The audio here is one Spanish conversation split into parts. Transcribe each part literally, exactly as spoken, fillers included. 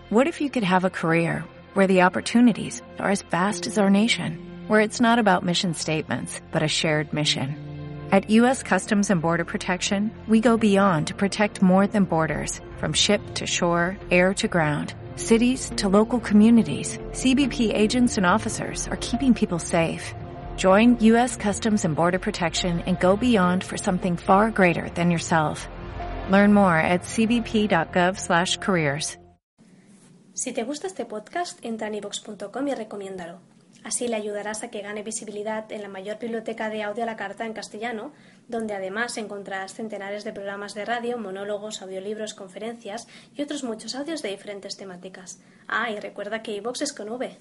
What if you could have a career where the opportunities are as vast as our nation, where it's not about mission statements, but a shared mission? At U S Customs and Border Protection, we go beyond to protect more than borders, from ship to shore, air to ground, cities to local communities. C B P agents and officers are keeping people safe. Join U S Customs and Border Protection and go beyond for something far greater than yourself. Learn more at cbp.gov slash careers. Si te gusta este podcast, entra en i vox punto com y recomiéndalo. Así le ayudarás a que gane visibilidad en la mayor biblioteca de audio a la carta en castellano, donde además encontrarás centenares de programas de radio, monólogos, audiolibros, conferencias y otros muchos audios de diferentes temáticas. Ah, y recuerda que iVoox es con V.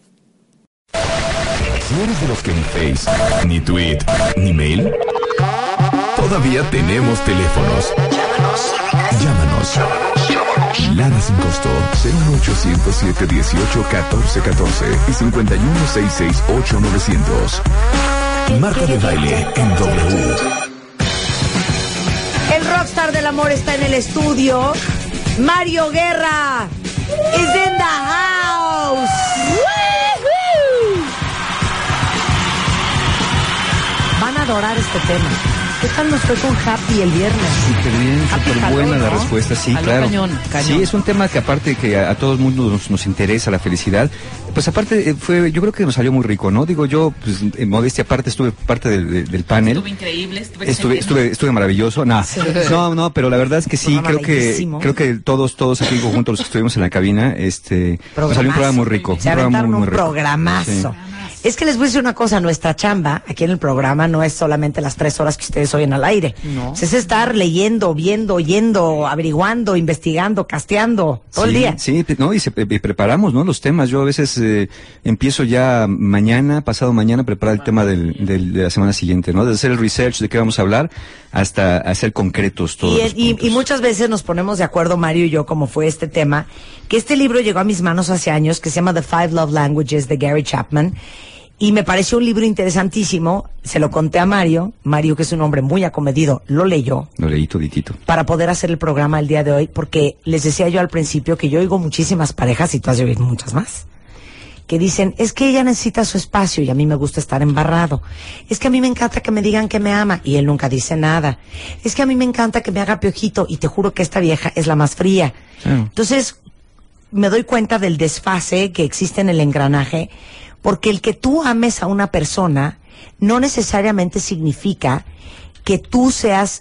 Si eres de los que ni Face, ni Tweet, ni Mail, todavía tenemos teléfonos. Llámanos. Llámanos. Lada sin costo, cero uno ochocientos siete dieciocho catorce catorce y cincuenta y uno sesenta y seis ocho novecientos. Marta de Baile en W. El rockstar del amor está en el estudio. Mario Guerra is in the house. ¡Woo-hoo! Van a adorar este tema. ¿Qué tal nos fue con Happy el viernes? Súper bien, súper buena, ¿no?, la respuesta, sí, Aló, claro. Cañón, cañón. Sí, es un tema que aparte que a, a todo el mundo nos, nos interesa, la felicidad. Pues aparte, eh, fue, yo creo que nos salió muy rico, ¿no? Digo, yo, pues, en modestia aparte, estuve parte del, del, del panel. Estuve increíble. Estuve, estuve, estuve, estuve maravilloso. Nah. Sí. No, no, pero la verdad es que sí, creo que, creo que todos, todos aquí en conjunto, los que estuvimos en la cabina, este, nos salió un programa muy rico. Se un programa aventaron muy, muy un rico. programazo. Sí. Es que les voy a decir una cosa, nuestra chamba aquí en el programa no es solamente las tres horas que ustedes oyen al aire. No. Es estar leyendo, viendo, oyendo, averiguando, investigando, casteando, todo sí, el día. Sí, no, y, se, y preparamos, ¿no?, los temas. Yo a veces eh, empiezo ya mañana, pasado mañana, a preparar el tema del, del, de la semana siguiente, ¿no? Desde hacer el research de qué vamos a hablar hasta hacer concretos todos y, los y, puntos. y muchas veces nos ponemos de acuerdo, Mario y yo, como fue este tema, que este libro llegó a mis manos hace años, que se llama The Five Love Languages de Gary Chapman. Y me pareció un libro interesantísimo, se lo conté a Mario, Mario, que es un hombre muy acomedido, lo leyó. Lo leí toditito. Para poder hacer el programa el día de hoy, porque les decía yo al principio que yo oigo muchísimas parejas, y tú has de oír muchas más, que dicen, es que ella necesita su espacio y a mí me gusta estar embarrado. Es que a mí me encanta que me digan que me ama y él nunca dice nada. Es que a mí me encanta que me haga piojito y te juro que esta vieja es la más fría. Sí. Entonces, me doy cuenta del desfase que existe en el engranaje. Porque el que tú ames a una persona no necesariamente significa que tú seas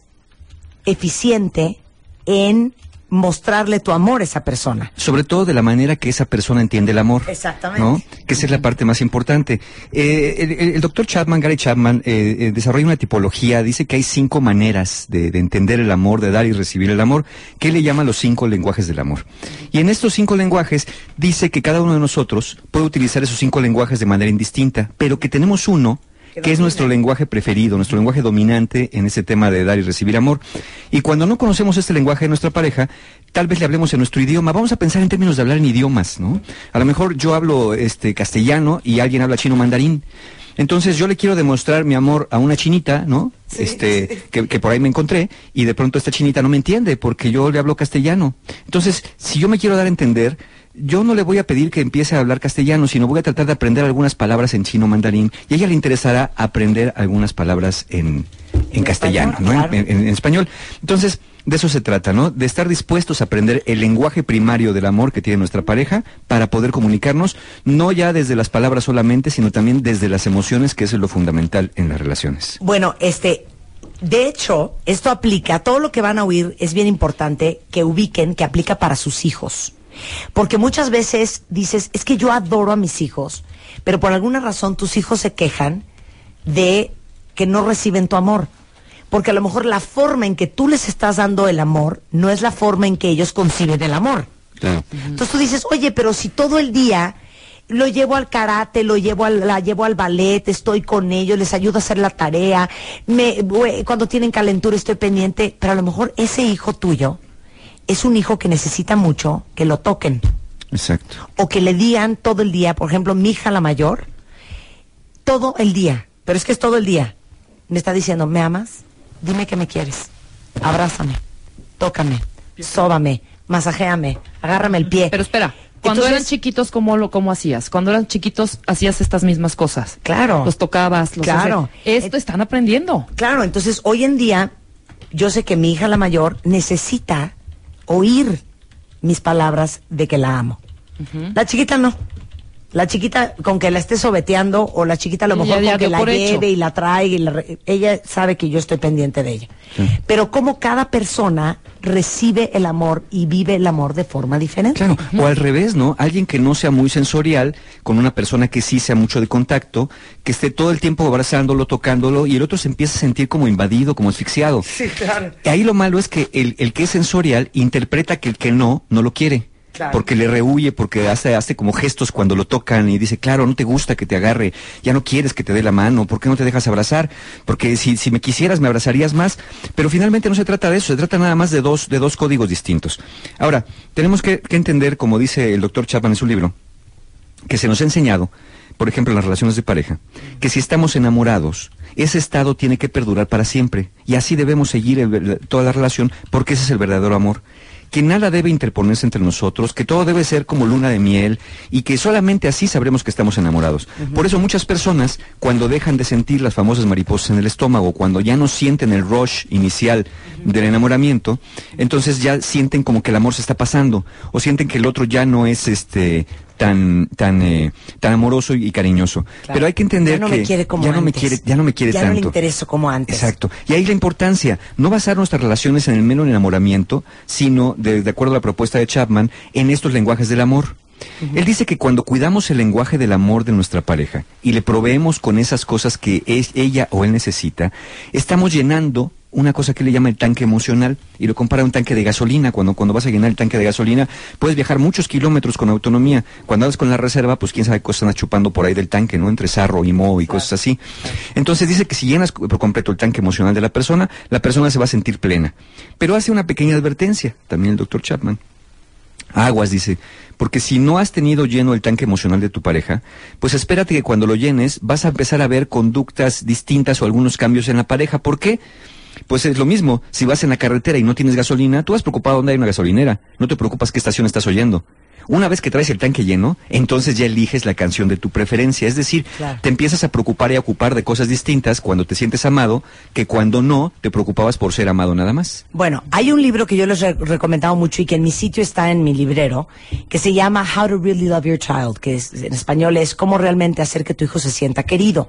eficiente en mostrarle tu amor a esa persona. Sobre todo de la manera que esa persona entiende el amor. Exactamente. ¿No? Que esa es la parte más importante. Eh, el, el, el doctor Chapman, Gary Chapman, eh, eh, desarrolla una tipología, dice que hay cinco maneras de, de entender el amor, de dar y recibir el amor, que él le llama los cinco lenguajes del amor. Y en estos cinco lenguajes dice que cada uno de nosotros puede utilizar esos cinco lenguajes de manera indistinta, pero que tenemos uno que es nuestro lenguaje preferido, nuestro lenguaje dominante en ese tema de dar y recibir amor. Y cuando no conocemos este lenguaje de nuestra pareja, tal vez le hablemos en nuestro idioma. Vamos a pensar en términos de hablar en idiomas, ¿no? A lo mejor yo hablo este castellano y alguien habla chino mandarín. Entonces yo le quiero demostrar mi amor a una chinita, ¿no? Sí, este, sí. Que, que por ahí me encontré, y de pronto esta chinita no me entiende porque yo le hablo castellano. Entonces, si yo me quiero dar a entender, yo no le voy a pedir que empiece a hablar castellano, sino voy a tratar de aprender algunas palabras en chino mandarín, y a ella le interesará aprender algunas palabras en, en castellano, español, ¿no? Claro. En, en, en español. Entonces, de eso se trata, ¿no? De estar dispuestos a aprender el lenguaje primario del amor que tiene nuestra pareja para poder comunicarnos, no ya desde las palabras solamente, sino también desde las emociones, que eso es lo fundamental en las relaciones. Bueno, este... De hecho, esto aplica, todo lo que van a oír es bien importante que ubiquen que aplica para sus hijos. Porque muchas veces dices, es que yo adoro a mis hijos, pero por alguna razón tus hijos se quejan de que no reciben tu amor. Porque a lo mejor la forma en que tú les estás dando el amor no es la forma en que ellos conciben el amor. Claro. Entonces tú dices, oye, pero si todo el día lo llevo al karate, lo llevo al, la llevo al ballet, estoy con ellos, les ayudo a hacer la tarea, me, cuando tienen calentura estoy pendiente, pero a lo mejor ese hijo tuyo es un hijo que necesita mucho que lo toquen. Exacto. O que le digan todo el día, por ejemplo, mi hija la mayor, todo el día, pero es que es todo el día, me está diciendo, ¿me amas? Dime que me quieres, abrázame, tócame, sóbame, masajéame, agárrame el pie. Pero espera. Cuando Entonces, eran chiquitos, ¿cómo lo cómo hacías? Cuando eran chiquitos, hacías estas mismas cosas. Claro. Los tocabas, los Claro. hacías. Esto están aprendiendo. Claro, entonces hoy en día yo sé que mi hija la mayor necesita oír mis palabras de que la amo. Uh-huh. La chiquita no. La chiquita, con que la esté sobeteando, o la chiquita a lo mejor con que la lleve y la traiga, y la re... ella sabe que yo estoy pendiente de ella. Sí. Pero como cada persona recibe el amor y vive el amor de forma diferente. Claro, o al revés, ¿no? Alguien que no sea muy sensorial, con una persona que sí sea mucho de contacto, que esté todo el tiempo abrazándolo, tocándolo, y el otro se empieza a sentir como invadido, como asfixiado. Sí, claro. Y ahí lo malo es que el, el que es sensorial interpreta que el que no, no lo quiere. Claro. Porque le rehuye, porque hace, hace como gestos cuando lo tocan y dice, claro, no te gusta que te agarre, ya no quieres que te dé la mano, ¿por qué no te dejas abrazar? Porque si, si me quisieras me abrazarías más. Pero finalmente no se trata de eso, se trata nada más de dos, de dos códigos distintos. Ahora, tenemos que, que entender, como dice el doctor Chapman en su libro, que se nos ha enseñado, por ejemplo, en las relaciones de pareja, que si estamos enamorados, ese estado tiene que perdurar para siempre. Y así debemos seguir el, toda la relación, porque ese es el verdadero amor. Que nada debe interponerse entre nosotros, que todo debe ser como luna de miel, y que solamente así sabremos que estamos enamorados. Uh-huh. Por eso muchas personas, cuando dejan de sentir las famosas mariposas en el estómago, cuando ya no sienten el rush inicial uh-huh. del enamoramiento, entonces ya sienten como que el amor se está pasando, o sienten que el otro ya no es este tan tan eh, tan amoroso y cariñoso. Claro. Pero hay que entender ya no que me quiere como ya no antes. me quiere, ya no me quiere ya tanto. Ya no le intereso como antes. Exacto. Y ahí la importancia, no basar nuestras relaciones en el mero enamoramiento, sino, de, de acuerdo a la propuesta de Chapman, en estos lenguajes del amor. Uh-huh. Él dice que cuando cuidamos el lenguaje del amor de nuestra pareja y le proveemos con esas cosas que es, ella o él necesita, estamos llenando una cosa que le llama el tanque emocional, y lo compara a un tanque de gasolina. Cuando, cuando vas a llenar el tanque de gasolina, puedes viajar muchos kilómetros con autonomía. Cuando andas con la reserva, pues quién sabe qué cosas andas chupando por ahí del tanque, ¿no? Entre sarro y moho y cosas así. Entonces dice que si llenas por completo el tanque emocional de la persona, la persona se va a sentir plena. Pero hace una pequeña advertencia, también el doctor Chapman. Aguas, dice, porque si no has tenido lleno el tanque emocional de tu pareja, pues espérate que cuando lo llenes vas a empezar a ver conductas distintas o algunos cambios en la pareja. ¿Por qué? Pues es lo mismo, si vas en la carretera y no tienes gasolina, tú vas preocupado dónde hay una gasolinera, no te preocupas qué estación estás oyendo. Una vez que traes el tanque lleno, entonces ya eliges la canción de tu preferencia, es decir, claro. te empiezas a preocupar y a ocupar de cosas distintas cuando te sientes amado, que cuando no te preocupabas por ser amado nada más. Bueno, hay un libro que yo les he recomendado mucho y que en mi sitio está en mi librero, que se llama How to Really Love Your Child, que es, en español es Cómo realmente hacer que tu hijo se sienta querido,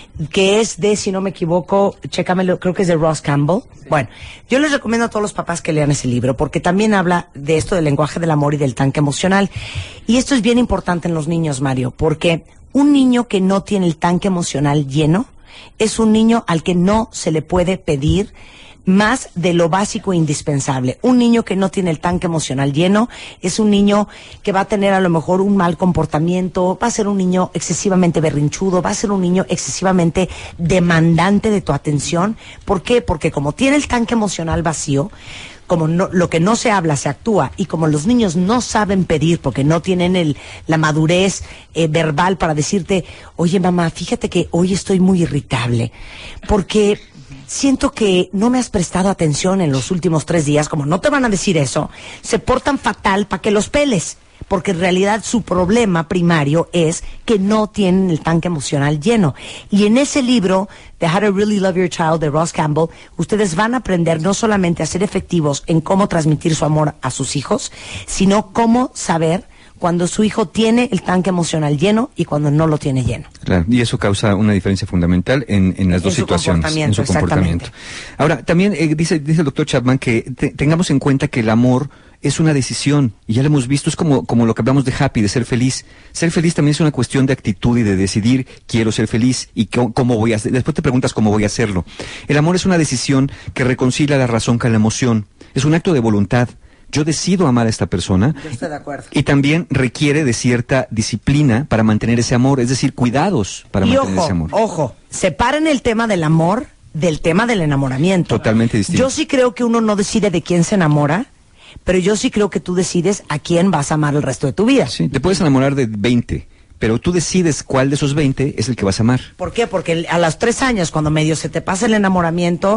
que es de, si no me equivoco, chécamelo, creo que es de Ross Campbell. Sí. Bueno, yo les recomiendo a todos los papás que lean ese libro, porque también habla de esto del lenguaje del amor y del tanque emocional. Y esto es bien importante en los niños, Mario, porque un niño que no tiene el tanque emocional lleno es un niño al que no se le puede pedir más de lo básico e indispensable. Un niño que no tiene el tanque emocional lleno es un niño que va a tener a lo mejor un mal comportamiento, va a ser un niño excesivamente berrinchudo, va a ser un niño excesivamente demandante de tu atención. ¿Por qué? Porque como tiene el tanque emocional vacío, como no, lo que no se habla se actúa, y como los niños no saben pedir porque no tienen el, la madurez eh, verbal para decirte, oye mamá, fíjate que hoy estoy muy irritable porque siento que no me has prestado atención en los últimos tres días, como no te van a decir eso, se portan fatal para que los peles, porque en realidad su problema primario es que no tienen el tanque emocional lleno. Y en ese libro, de How to Really Love Your Child, de Ross Campbell, ustedes van a aprender no solamente a ser efectivos en cómo transmitir su amor a sus hijos, sino cómo saber cuando su hijo tiene el tanque emocional lleno y cuando no lo tiene lleno. Claro, y eso causa una diferencia fundamental en, en las dos en situaciones, en su comportamiento. Exactamente. Ahora, también eh, dice, dice el doctor Chapman que te, tengamos en cuenta que el amor es una decisión, y ya lo hemos visto, es como, como lo que hablamos de happy, de ser feliz. Ser feliz también es una cuestión de actitud y de decidir, quiero ser feliz, y cómo, cómo voy a hacer, después te preguntas cómo voy a hacerlo. El amor es una decisión que reconcilia la razón con la emoción, es un acto de voluntad. Yo decido amar a esta persona. Yo estoy de acuerdo. Y también requiere de cierta disciplina para mantener ese amor, es decir, cuidados para y mantener ojo, ese amor. Ojo, separen el tema del amor del tema del enamoramiento. Totalmente distinto. Yo sí creo que uno no decide de quién se enamora, pero yo sí creo que tú decides a quién vas a amar el resto de tu vida. Sí, te puedes enamorar de veinte, pero tú decides cuál de esos veinte es el que vas a amar. ¿Por qué? Porque a los tres años, cuando medio se te pasa el enamoramiento,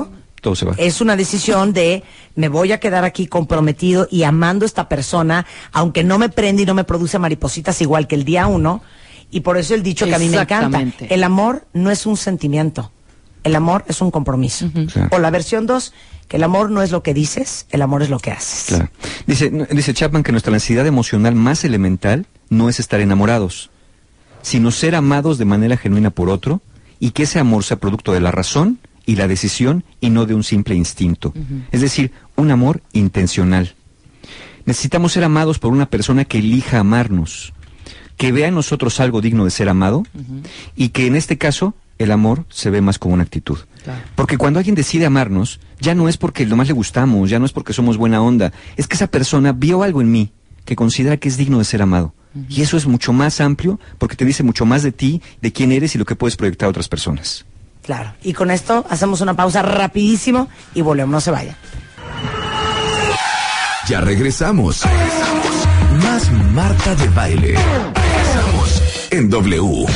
todo se va. Es una decisión de me voy a quedar aquí comprometido y amando a esta persona, aunque no me prende y no me produce maripositas igual que el día uno. Y por eso el dicho que a mí me encanta. El amor no es un sentimiento. El amor es un compromiso. Uh-huh. Claro. O la versión dos, que el amor no es lo que dices, el amor es lo que haces. Claro. Dice, dice Chapman que nuestra necesidad emocional más elemental no es estar enamorados, sino ser amados de manera genuina por otro, y que ese amor sea producto de la razón y la decisión y no de un simple instinto. Uh-huh. Es decir, un amor intencional. Necesitamos ser amados por una persona que elija amarnos, que vea en nosotros algo digno de ser amado, uh-huh. y que en este caso el amor se ve más como una actitud. Claro. Porque cuando alguien decide amarnos, ya no es porque nomás le gustamos, ya no es porque somos buena onda, es que esa persona vio algo en mí que considera que es digno de ser amado. Uh-huh. Y eso es mucho más amplio porque te dice mucho más de ti, de quién eres y lo que puedes proyectar a otras personas. Claro. Y con esto hacemos una pausa rapidísimo y volvemos, no se vayan. Ya regresamos. Regresamos. Más Marta de Baile. Regresamos en W.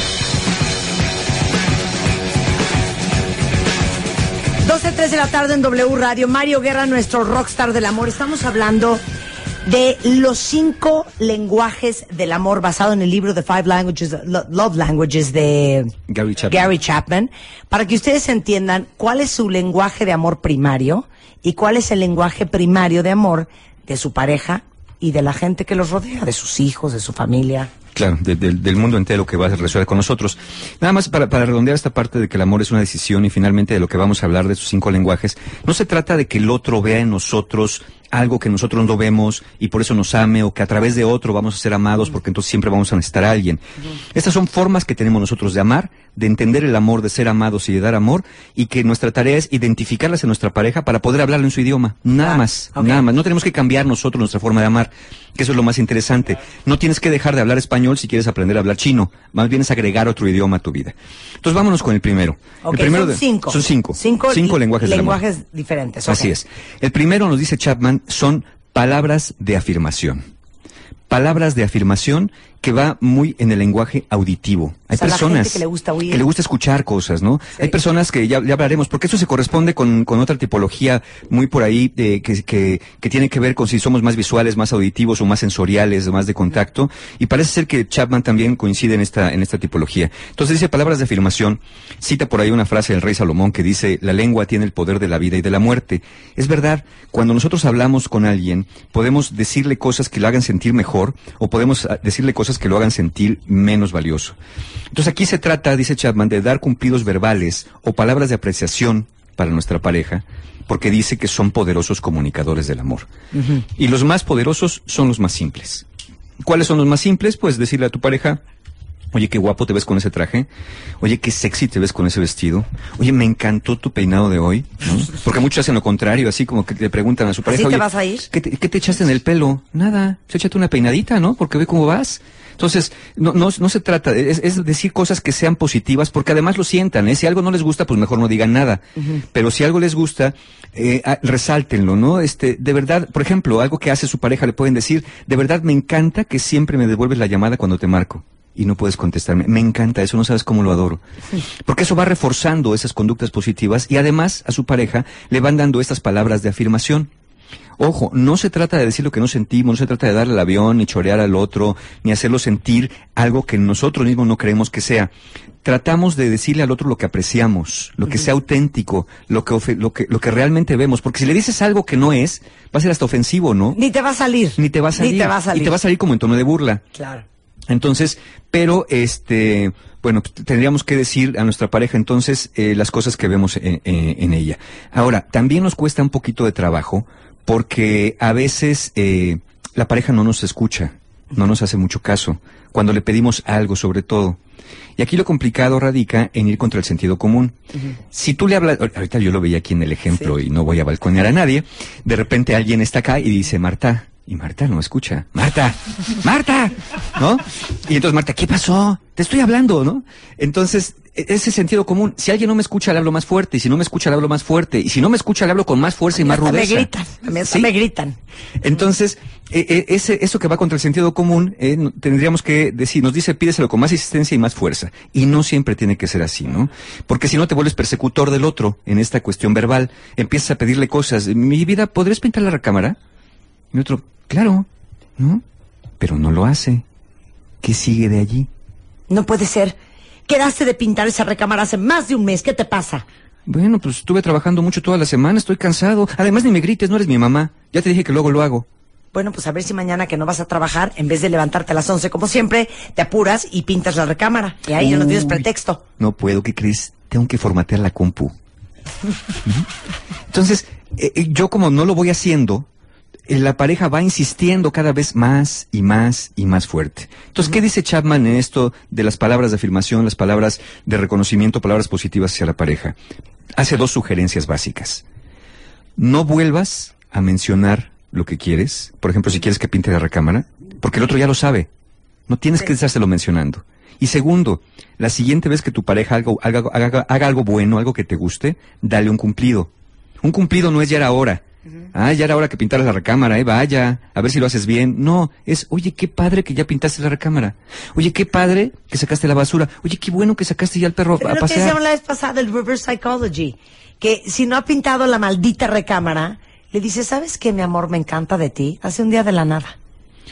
doce tres de la tarde en W Radio. Mario Guerra, nuestro rockstar del amor. Estamos hablando de los cinco lenguajes del amor basado en el libro The Five Languages, Love Languages de Gary Chapman. Gary Chapman, para que ustedes entiendan cuál es su lenguaje de amor primario y cuál es el lenguaje primario de amor de su pareja y de la gente que los rodea, de sus hijos, de su familia. Claro, de, de, del mundo entero que va a resolver con nosotros. Nada más para, para redondear esta parte de que el amor es una decisión y finalmente de lo que vamos a hablar de sus cinco lenguajes, no se trata de que el otro vea en nosotros algo que nosotros no vemos y por eso nos ame, o que a través de otro vamos a ser amados porque entonces siempre vamos a necesitar a alguien. Estas son formas que tenemos nosotros de amar, de entender el amor, de ser amados y de dar amor, y que nuestra tarea es identificarlas en nuestra pareja para poder hablarlo en su idioma. Nada ah, más, okay. nada más. No tenemos que cambiar nosotros nuestra forma de amar, que eso es lo más interesante. No tienes que dejar de hablar español si quieres aprender a hablar chino, más bien es agregar otro idioma a tu vida. Entonces vámonos con el primero. Okay, el primero son de, cinco. Son cinco. Cinco, cinco lenguajes del amor. Lenguajes diferentes. Okay. Así es. El primero, nos dice Chapman, son palabras de afirmación. Palabras de afirmación que va muy en el lenguaje auditivo. Hay o sea, personas la gente que le gusta oír, que le gusta escuchar cosas, ¿no? Sí. Hay personas que ya, ya hablaremos, porque eso se corresponde con, con otra tipología muy por ahí, eh, que, que, que tiene que ver con si somos más visuales, más auditivos o más sensoriales, más de contacto. Y parece ser que Chapman también coincide en esta, en esta tipología. Entonces dice palabras de afirmación, cita por ahí una frase del rey Salomón que dice, la lengua tiene el poder de la vida y de la muerte. Es verdad, cuando nosotros hablamos con alguien, podemos decirle cosas que lo hagan sentir mejor, o podemos decirle cosas que lo hagan sentir menos valioso. Entonces aquí se trata, dice Chapman, de dar cumplidos verbales o palabras de apreciación para nuestra pareja, porque dice que son poderosos comunicadores del amor. Uh-huh. Y los más poderosos son los más simples. ¿Cuáles son los más simples? Pues decirle a tu pareja, oye, qué guapo te ves con ese traje. Oye, qué sexy te ves con ese vestido. Oye, me encantó tu peinado de hoy, ¿no? Porque muchos hacen lo contrario, así como que le preguntan a su pareja, ¿así te oye, vas a ir? ¿qué te, qué te echaste en el pelo? Nada, échate una peinadita, ¿no? Porque ve cómo vas. Entonces, no, no, no se trata, es, es decir cosas que sean positivas, porque además lo sientan, ¿eh? Si algo no les gusta, pues mejor no digan nada. Uh-huh. Pero si algo les gusta, eh, a, resáltenlo, ¿no? Este, de verdad, por ejemplo, algo que hace su pareja, le pueden decir, de verdad me encanta que siempre me devuelves la llamada cuando te marco y no puedes contestarme. Me encanta eso, no sabes cómo lo adoro. Porque eso va reforzando esas conductas positivas y además a su pareja le van dando estas palabras de afirmación. Ojo, no se trata de decir lo que no sentimos, no se trata de darle al avión, ni chorear al otro, ni hacerlo sentir algo que nosotros mismos no creemos que sea. Tratamos de decirle al otro lo que apreciamos, lo que sea auténtico, lo que, ofe- lo que, lo que realmente vemos. Porque si le dices algo que no es, va a ser hasta ofensivo, ¿no? Ni te va a salir. Ni te va a salir. Ni te va a salir. Y te va a salir como en tono de burla. Claro. Entonces, pero este, bueno, tendríamos que decir a nuestra pareja entonces eh, las cosas que vemos en, en, en ella. Ahora, también nos cuesta un poquito de trabajo porque a veces eh, la pareja no nos escucha, no nos hace mucho caso, cuando le pedimos algo sobre todo. Y aquí lo complicado radica en ir contra el sentido común. Uh-huh. Si tú le hablas, ahorita yo lo veía aquí en el ejemplo, sí, y no voy a balconear a nadie, de repente alguien está acá y dice, Marta, y Marta no escucha. Marta, Marta, ¿no? Y entonces Marta, ¿qué pasó? Te estoy hablando, ¿no? Entonces, ese sentido común. Si alguien no me escucha, le hablo más fuerte. Y si no me escucha, le hablo más fuerte. Y si no me escucha, le hablo con más fuerza y más rudeza. Me gritan, me, ¿Sí? me gritan. Entonces, eh, eh, ese, eso que va contra el sentido común, eh, tendríamos que decir, nos dice, pídeselo con más insistencia y más fuerza. Y no siempre tiene que ser así, ¿no? Porque si no te vuelves persecutor del otro en esta cuestión verbal. Empiezas a pedirle cosas. Mi vida, ¿podrías pintar la recámara? Y otro, claro, ¿no? Pero no lo hace. ¿Qué sigue de allí? No puede ser. Quedaste de pintar esa recámara hace más de un mes. ¿Qué te pasa? Bueno, pues estuve trabajando mucho toda la semana, estoy cansado. Además, ni me grites, no eres mi mamá. Ya te dije que luego lo hago. Bueno, pues a ver si mañana que no vas a trabajar, en vez de levantarte a las once como siempre, te apuras y pintas la recámara. Y ahí ya no tienes pretexto. No puedo, ¿qué crees? Tengo que formatear la compu. Entonces, eh, yo como no lo voy haciendo, eh, la pareja va insistiendo cada vez más y más y más fuerte. Entonces, uh-huh. ¿Qué dice Chapman en esto de las palabras de afirmación, las palabras de reconocimiento, palabras positivas hacia la pareja? Hace dos sugerencias básicas. No vuelvas a mencionar lo que quieres. Por ejemplo, si quieres que pinte la recámara, porque el otro ya lo sabe. No tienes sí. que estárselo mencionando. Y segundo, la siguiente vez que tu pareja haga, haga, haga, haga algo bueno, algo que te guste, dale un cumplido. Un cumplido no es ya era hora. Uh-huh. Ah, ya era hora que pintaras la recámara, eh, vaya, a ver si lo haces bien. No, es, oye, qué padre que ya pintaste la recámara. Oye, qué padre que sacaste la basura. Oye, qué bueno que sacaste ya el perro Pero a lo pasear. que decíamos la vez pasada, el reverse psychology, que si no ha pintado la maldita recámara, le dice, ¿sabes qué, mi amor, me encanta de ti? Hace un día de la nada.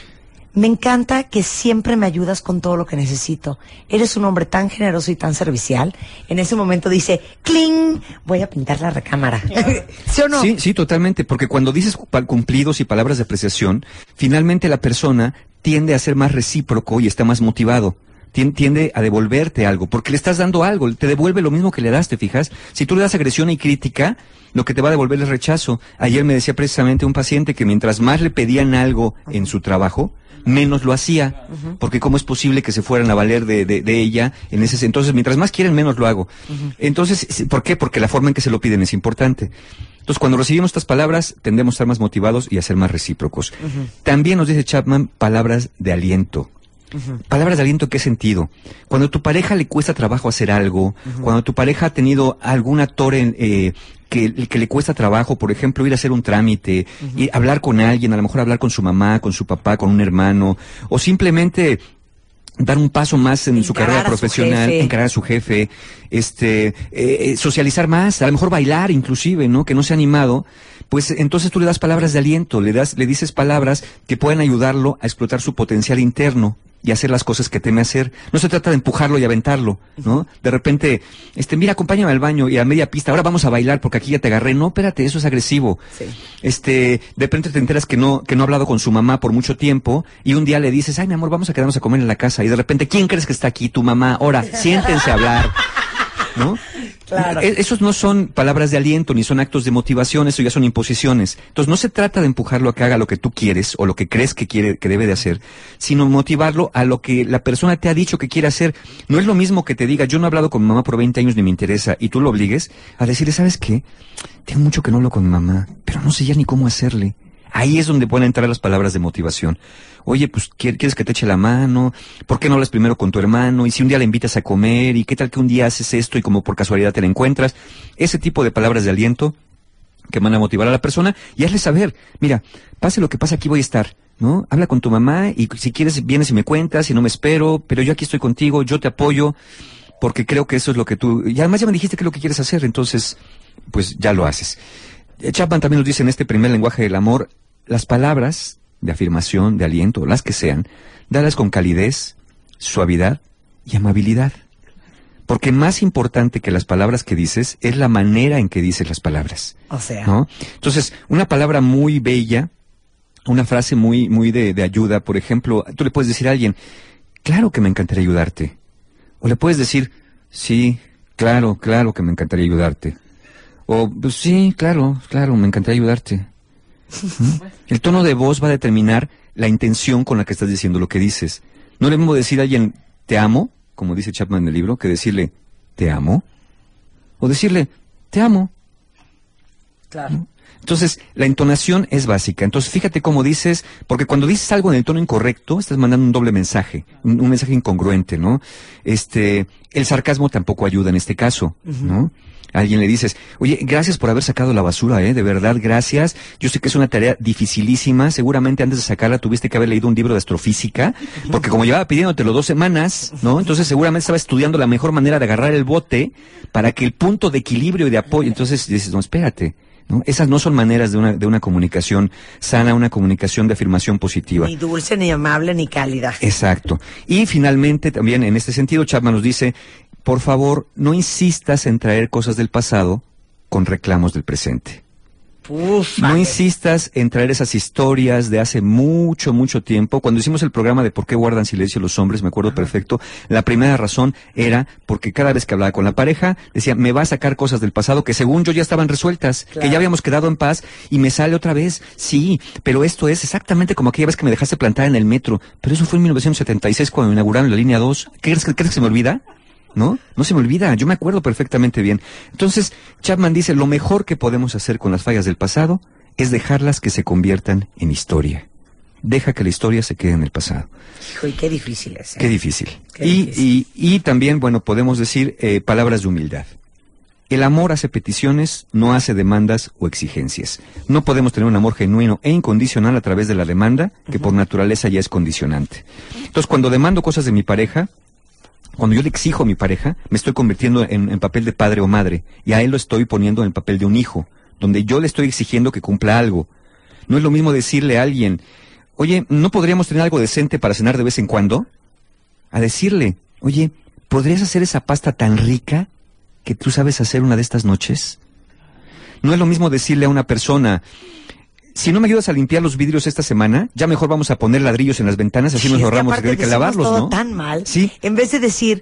Me encanta que siempre me ayudas con todo lo que necesito. Eres un hombre tan generoso y tan servicial. En ese momento dice, ¡cling! Voy a pintar la recámara. ¿Sí o no? Sí, sí, totalmente. Porque cuando dices cumplidos y palabras de apreciación, finalmente la persona tiende a ser más recíproco y está más motivado. Tiende a devolverte algo, porque le estás dando algo, te devuelve lo mismo que le das, ¿te fijas? Si tú le das agresión y crítica, lo que te va a devolver es rechazo. Ayer me decía precisamente un paciente que mientras más le pedían algo en su trabajo, menos lo hacía, uh-huh. porque cómo es posible que se fueran a valer de, de, de ella en ese entonces, mientras más quieren, menos lo hago. Uh-huh. Entonces, ¿por qué? Porque la forma en que se lo piden es importante. Entonces, cuando recibimos estas palabras, tendemos a estar más motivados y a ser más recíprocos. Uh-huh. También nos dice Chapman palabras de aliento. Uh-huh. Palabras de aliento, ¿en qué sentido? Cuando a tu pareja le cuesta trabajo hacer algo, uh-huh. cuando tu pareja ha tenido algún actor en, eh, que, que le cuesta trabajo, por ejemplo, ir a hacer un trámite, uh-huh. ir a hablar con alguien, a lo mejor hablar con su mamá, con su papá, con un hermano, o simplemente dar un paso más en encarar su carrera profesional, encarar a su jefe, este, eh, socializar más, a lo mejor bailar inclusive, ¿no? Que no se ha animado. Pues entonces tú le das palabras de aliento, le das, le dices palabras que pueden ayudarlo a explotar su potencial interno y hacer las cosas que teme hacer. No se trata de empujarlo y aventarlo, ¿no? De repente, este, mira, acompáñame al baño y a media pista, ahora vamos a bailar porque aquí ya te agarré. No, espérate, eso es agresivo. Sí. Este, de repente te enteras que no, que no ha hablado con su mamá por mucho tiempo y un día le dices, ay, mi amor, vamos a quedarnos a comer en la casa. Y de repente, ¿quién crees que está aquí? Tu mamá. Ahora, siéntense a hablar, ¿no? Claro. Esos no son palabras de aliento ni son actos de motivación, eso ya son imposiciones. Entonces no se trata de empujarlo a que haga lo que tú quieres o lo que crees que quiere, que debe de hacer, sino motivarlo a lo que la persona te ha dicho que quiere hacer. No es lo mismo que te diga, yo no he hablado con mi mamá por veinte años ni me interesa, y tú lo obligues a decirle, ¿sabes qué? Tengo mucho que no hablo con mi mamá, pero no sé ya ni cómo hacerle. Ahí es donde pueden entrar las palabras de motivación. Oye, pues, ¿quieres que te eche la mano? ¿Por qué no hablas primero con tu hermano? Y si un día le invitas a comer, ¿y qué tal que un día haces esto y como por casualidad te la encuentras? Ese tipo de palabras de aliento que van a motivar a la persona y hazle saber, mira, pase lo que pase, aquí voy a estar, ¿no? Habla con tu mamá y si quieres vienes y me cuentas y no me espero, pero yo aquí estoy contigo, yo te apoyo, porque creo que eso es lo que tú... Y además ya me dijiste que es lo que quieres hacer, entonces, pues ya lo haces. Chapman también nos dice en este primer lenguaje del amor, las palabras de afirmación, de aliento, las que sean, dalas con calidez, suavidad y amabilidad. Porque más importante que las palabras que dices es la manera en que dices las palabras. O sea. ¿No? Entonces, una palabra muy bella, una frase muy, muy de, de ayuda, por ejemplo, tú le puedes decir a alguien, claro que me encantaría ayudarte. O le puedes decir, sí, claro, claro que me encantaría ayudarte. O, pues sí, claro, claro, me encantaría ayudarte. ¿Mm? El tono de voz va a determinar la intención con la que estás diciendo lo que dices. No le mismo decir a alguien, te amo, como dice Chapman en el libro, que decirle, ¿te amo? O decirle, te amo. Claro. Entonces, la entonación es básica. Entonces, fíjate cómo dices, porque cuando dices algo en el tono incorrecto, estás mandando un doble mensaje, un, un mensaje incongruente, ¿no? Este, el sarcasmo tampoco ayuda en este caso, uh-huh. ¿no? A alguien le dices, oye, gracias por haber sacado la basura, ¿eh? De verdad, gracias. Yo sé que es una tarea dificilísima. Seguramente antes de sacarla tuviste que haber leído un libro de astrofísica, porque como llevaba pidiéndotelo dos semanas, ¿no? Entonces seguramente estaba estudiando la mejor manera de agarrar el bote para que el punto de equilibrio y de apoyo. Entonces dices, no, espérate. ¿No? Esas no son maneras de una, de una comunicación sana, una comunicación de afirmación positiva. Ni dulce, ni amable, ni cálida. Exacto. Y finalmente, también en este sentido, Chapman nos dice, por favor, no insistas en traer cosas del pasado con reclamos del presente. Uf, no insistas en traer esas historias de hace mucho, mucho tiempo. Cuando hicimos el programa de por qué guardan silencio los hombres, me acuerdo perfecto, la primera razón era porque cada vez que hablaba con la pareja, decía, me va a sacar cosas del pasado que según yo ya estaban resueltas, claro. que ya habíamos quedado en paz, y me sale otra vez, sí, pero esto es exactamente como aquella vez que me dejaste plantada en el metro, pero eso fue en mil novecientos setenta y seis cuando inauguraron la línea dos. ¿Qué crees, crees que se me olvida? ¿No? No se me olvida, yo me acuerdo perfectamente bien. Entonces, Chapman dice, lo mejor que podemos hacer con las fallas del pasado es dejarlas que se conviertan en historia. Deja que la historia se quede en el pasado. Hijo, y qué difícil es. ¿eh? Qué difícil. Qué y, difícil. Y, y también, bueno, podemos decir eh, palabras de humildad. El amor hace peticiones, no hace demandas o exigencias. No podemos tener un amor genuino e incondicional a través de la demanda, que uh-huh. por naturaleza ya es condicionante. Entonces, cuando demando cosas de mi pareja, cuando yo le exijo a mi pareja, me estoy convirtiendo en, en papel de padre o madre, y a él lo estoy poniendo en el papel de un hijo, donde yo le estoy exigiendo que cumpla algo. No es lo mismo decirle a alguien, oye, ¿no podríamos tener algo decente para cenar de vez en cuando? A decirle, oye, ¿podrías hacer esa pasta tan rica que tú sabes hacer una de estas noches? No es lo mismo decirle a una persona, si no me ayudas a limpiar los vidrios esta semana, ya mejor vamos a poner ladrillos en las ventanas, así sí, nos ahorramos de tener que lavarlos, todo ¿no? Tan mal. Sí. En vez de decir,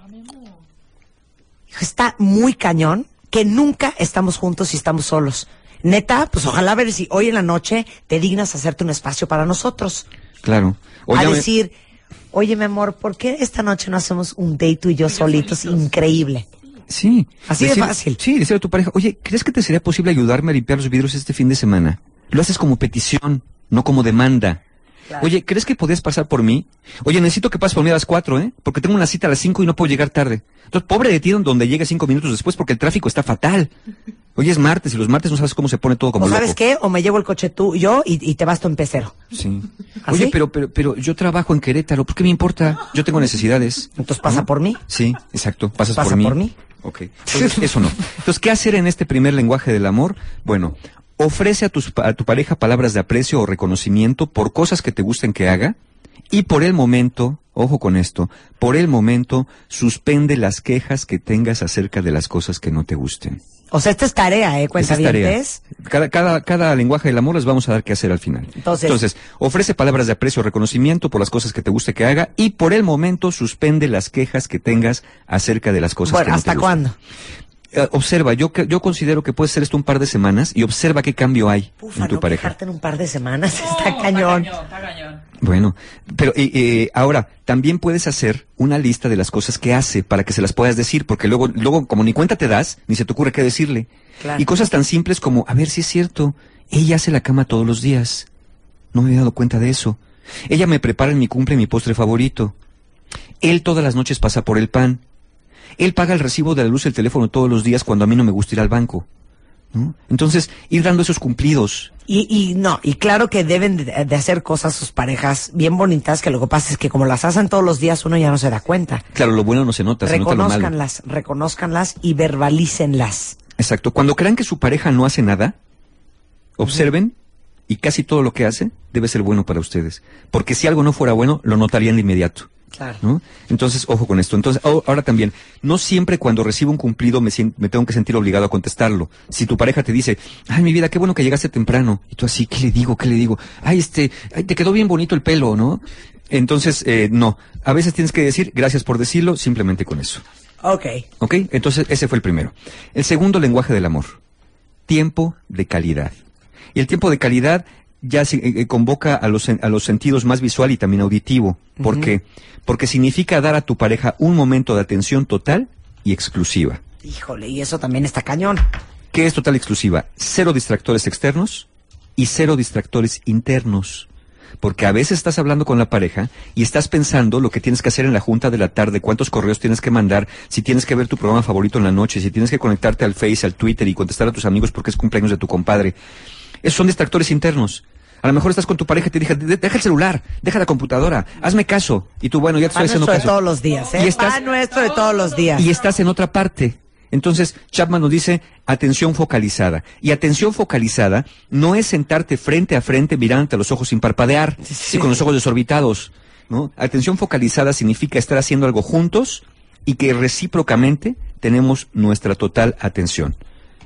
está muy cañón que nunca estamos juntos y estamos solos. Neta, pues ojalá ver si hoy en la noche te dignas hacerte un espacio para nosotros. Claro. O a decir, me... oye, mi amor, ¿por qué esta noche no hacemos un date tú y yo solitos? solitos? Increíble. Sí. Así decir, de fácil. Sí, decirle a tu pareja, oye, ¿crees que te sería posible ayudarme a limpiar los vidrios este fin de semana? Lo haces como petición, no como demanda. Claro. Oye, ¿crees que podías pasar por mí? Oye, necesito que pases por mí a las cuatro, ¿eh? Porque tengo una cita a las cinco y no puedo llegar tarde. Entonces, pobre de ti donde llegue cinco minutos después porque el tráfico está fatal. Hoy es martes y los martes no sabes cómo se pone todo como ¿O loco. sabes qué? O me llevo el coche tú, yo y, y te vas tú en pecero. Sí. ¿Así? Oye, pero, pero, pero yo trabajo en Querétaro, ¿por qué me importa? Yo tengo necesidades. Entonces, ¿pasa ¿no? por mí? Sí, exacto. ¿Pasas ¿Pasa por mí? por mí? Ok. Entonces, eso no. Entonces, ¿qué hacer en este primer lenguaje del amor? Bueno, ofrece a, tus, a tu pareja palabras de aprecio o reconocimiento por cosas que te gusten que haga, y por el momento, ojo con esto, por el momento suspende las quejas que tengas acerca de las cosas que no te gusten. O sea, esta es tarea, ¿eh? Cuentavientes. Cada, cada, cada lenguaje del amor les vamos a dar qué hacer al final. Entonces, Entonces, ofrece palabras de aprecio o reconocimiento por las cosas que te guste que haga, y por el momento suspende las quejas que tengas acerca de las cosas bueno, que no te ¿hasta gustan. cuándo? Uh, observa, yo yo considero que puede ser esto un par de semanas y observa qué cambio hay Pufa, en tu no pareja. quejarte en un par de semanas, No, está cañón. Está cañón, está cañón. Bueno, pero eh, eh, ahora, también puedes hacer una lista de las cosas que hace para que se las puedas decir, porque luego, luego como ni cuenta te das, ni se te ocurre qué decirle. Claro. Y cosas tan simples como, a ver si es cierto, ella hace la cama todos los días. No me había dado cuenta de eso. Ella me prepara en mi cumple mi postre favorito. Él todas las noches pasa por el pan. Él paga el recibo de la luz y el teléfono todos los días cuando a mí no me gusta ir al banco, ¿no? Entonces, ir dando esos cumplidos. Y, y no, y claro que deben de, de hacer cosas sus parejas bien bonitas, que lo que pasa es que como las hacen todos los días uno ya no se da cuenta. Claro, lo bueno no se nota, se nota lo malo. Reconózcanlas, reconózcanlas y verbalícenlas. Exacto. Cuando crean que su pareja no hace nada, observen, y casi todo lo que hace debe ser bueno para ustedes. Porque si algo no fuera bueno, lo notarían de inmediato. Claro. ¿No? Entonces, ojo con esto. Entonces, oh, ahora también, no siempre cuando recibo un cumplido me, me tengo que sentir obligado a contestarlo. Si tu pareja te dice, ay, mi vida, qué bueno que llegaste temprano, y tú así, ¿qué le digo? ¿Qué le digo? Ay, este, ay, te quedó bien bonito el pelo, ¿no? Entonces, eh, no. A veces tienes que decir, gracias por decirlo, simplemente con eso. Ok. Ok, entonces ese fue el primero. El segundo lenguaje del amor, tiempo de calidad. Y el tiempo de calidad ya se, eh, convoca a los, a los sentidos más visual y también auditivo. ¿Por uh-huh. qué? Porque significa dar a tu pareja un momento de atención total y exclusiva. Híjole, y eso también está cañón. que es total exclusiva. Cero distractores externos y cero distractores internos. Porque a veces estás hablando con la pareja y estás pensando lo que tienes que hacer en la junta de la tarde, cuántos correos tienes que mandar, si tienes que ver tu programa favorito en la noche, si tienes que conectarte al Face, al Twitter y contestar a tus amigos porque es cumpleaños de tu compadre. Esos son distractores internos. A lo mejor estás con tu pareja y te dije, deja el celular, deja la computadora, hazme caso. Y tú, bueno, ya te estoy haciendo caso. Pan nuestro de todos los días, ¿eh? Y estás, Pan nuestro de todos los días. Y estás en otra parte. Entonces, Chapman nos dice atención focalizada. Y atención focalizada no es sentarte frente a frente mirándote a los ojos sin parpadear, sí. y con los ojos desorbitados, ¿no? Atención focalizada significa estar haciendo algo juntos y que recíprocamente tenemos nuestra total atención.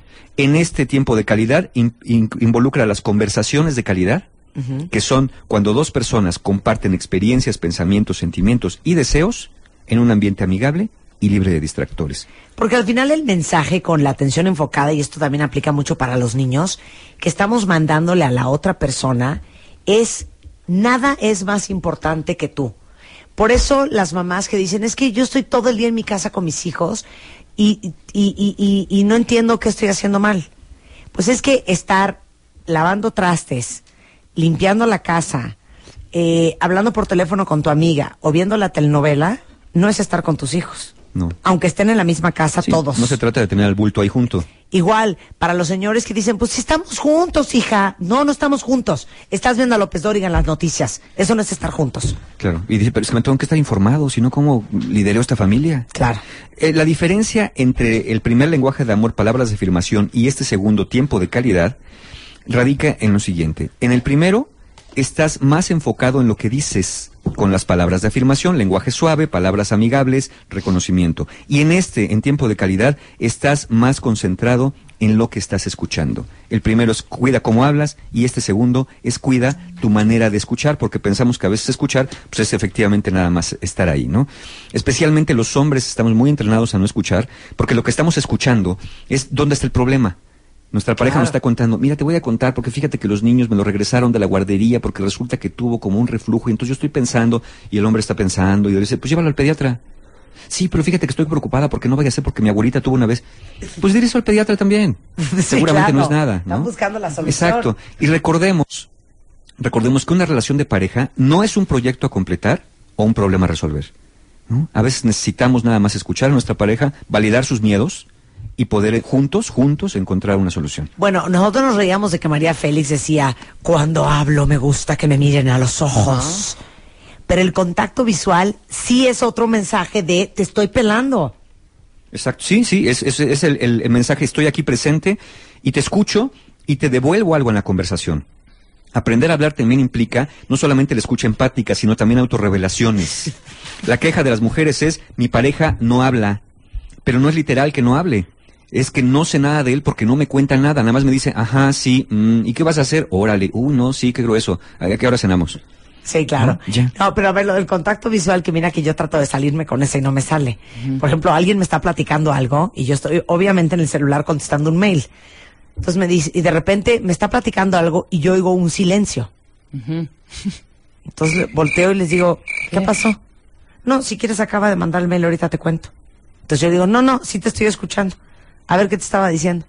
En este tiempo de calidad in, in, involucra las conversaciones de calidad, uh-huh. que son cuando dos personas comparten experiencias, pensamientos, sentimientos y deseos en un ambiente amigable y libre de distractores. Porque al final el mensaje con la atención enfocada, y esto también aplica mucho para los niños, que estamos mandándole a la otra persona es, nada es más importante que tú. Por eso las mamás que dicen, es que yo estoy todo el día en mi casa con mis hijos y, y, y, y, y no entiendo qué estoy haciendo mal. Pues es que estar lavando trastes, limpiando la casa, eh, hablando por teléfono con tu amiga o viendo la telenovela, no es estar con tus hijos. No. Aunque estén en la misma casa, sí, todos. No se trata de tener al bulto ahí junto. Igual, para los señores que dicen, pues si estamos juntos, hija. No, no estamos juntos. Estás viendo a López Dóriga en las noticias. Eso no es estar juntos. Claro. Y dice, pero es que me tengo que estar informado, si no, ¿cómo lidero esta familia? Claro. Eh, la diferencia entre el primer lenguaje de amor, palabras de afirmación, y este segundo, tiempo de calidad, radica en lo siguiente. En el primero, estás más enfocado en lo que dices, con las palabras de afirmación, lenguaje suave, palabras amigables, reconocimiento. Y en este, en tiempo de calidad, estás más concentrado en lo que estás escuchando. El primero es cuida cómo hablas y este segundo es cuida tu manera de escuchar, porque pensamos que a veces escuchar pues es efectivamente nada más estar ahí, ¿no? Especialmente los hombres estamos muy entrenados a no escuchar, porque lo que estamos escuchando es dónde está el problema. Nuestra pareja claro. nos está contando, mira, te voy a contar porque fíjate que los niños me lo regresaron de la guardería porque resulta que tuvo como un reflujo y entonces yo estoy pensando y el hombre está pensando y le dice, pues llévalo al pediatra. Sí, pero fíjate que estoy preocupada porque no vaya a ser porque mi abuelita tuvo una vez. Pues dir eso al pediatra también. Sí, seguramente claro. no es nada, ¿no? Están buscando la solución. Exacto. Y recordemos, recordemos que una relación de pareja no es un proyecto a completar o un problema a resolver, ¿no? A veces necesitamos nada más escuchar a nuestra pareja, validar sus miedos y poder juntos, juntos, encontrar una solución. Bueno, nosotros nos reíamos de que María Félix decía, cuando hablo me gusta que me miren a los ojos. Uh-huh. Pero el contacto visual sí es otro mensaje de te estoy pelando. Exacto, sí, sí, es, es, es el, el, el mensaje, estoy aquí presente y te escucho y te devuelvo algo en la conversación. Aprender a hablar también implica no solamente la escucha empática, sino también autorrevelaciones. La queja de las mujeres es, mi pareja no habla, pero no es literal que no hable. Es que no sé nada de él porque no me cuenta nada, nada más me dice, ajá, sí, mmm, ¿y qué vas a hacer? Órale, uh, no, sí, qué grueso, ¿a qué hora cenamos? Sí, claro. ¿No? Ya. No, pero a ver, lo del contacto visual, que mira que yo trato de salirme con ese y no me sale. Uh-huh. Por ejemplo, alguien me está platicando algo y yo estoy obviamente en el celular contestando un mail. Entonces me dice, y de repente me está platicando algo y yo oigo un silencio. Uh-huh. Entonces volteo y les digo, ¿qué, ¿qué pasó? No, si quieres acaba de mandar el mail, ahorita te cuento. Entonces yo digo, no, no, sí te estoy escuchando. A ver qué te estaba diciendo.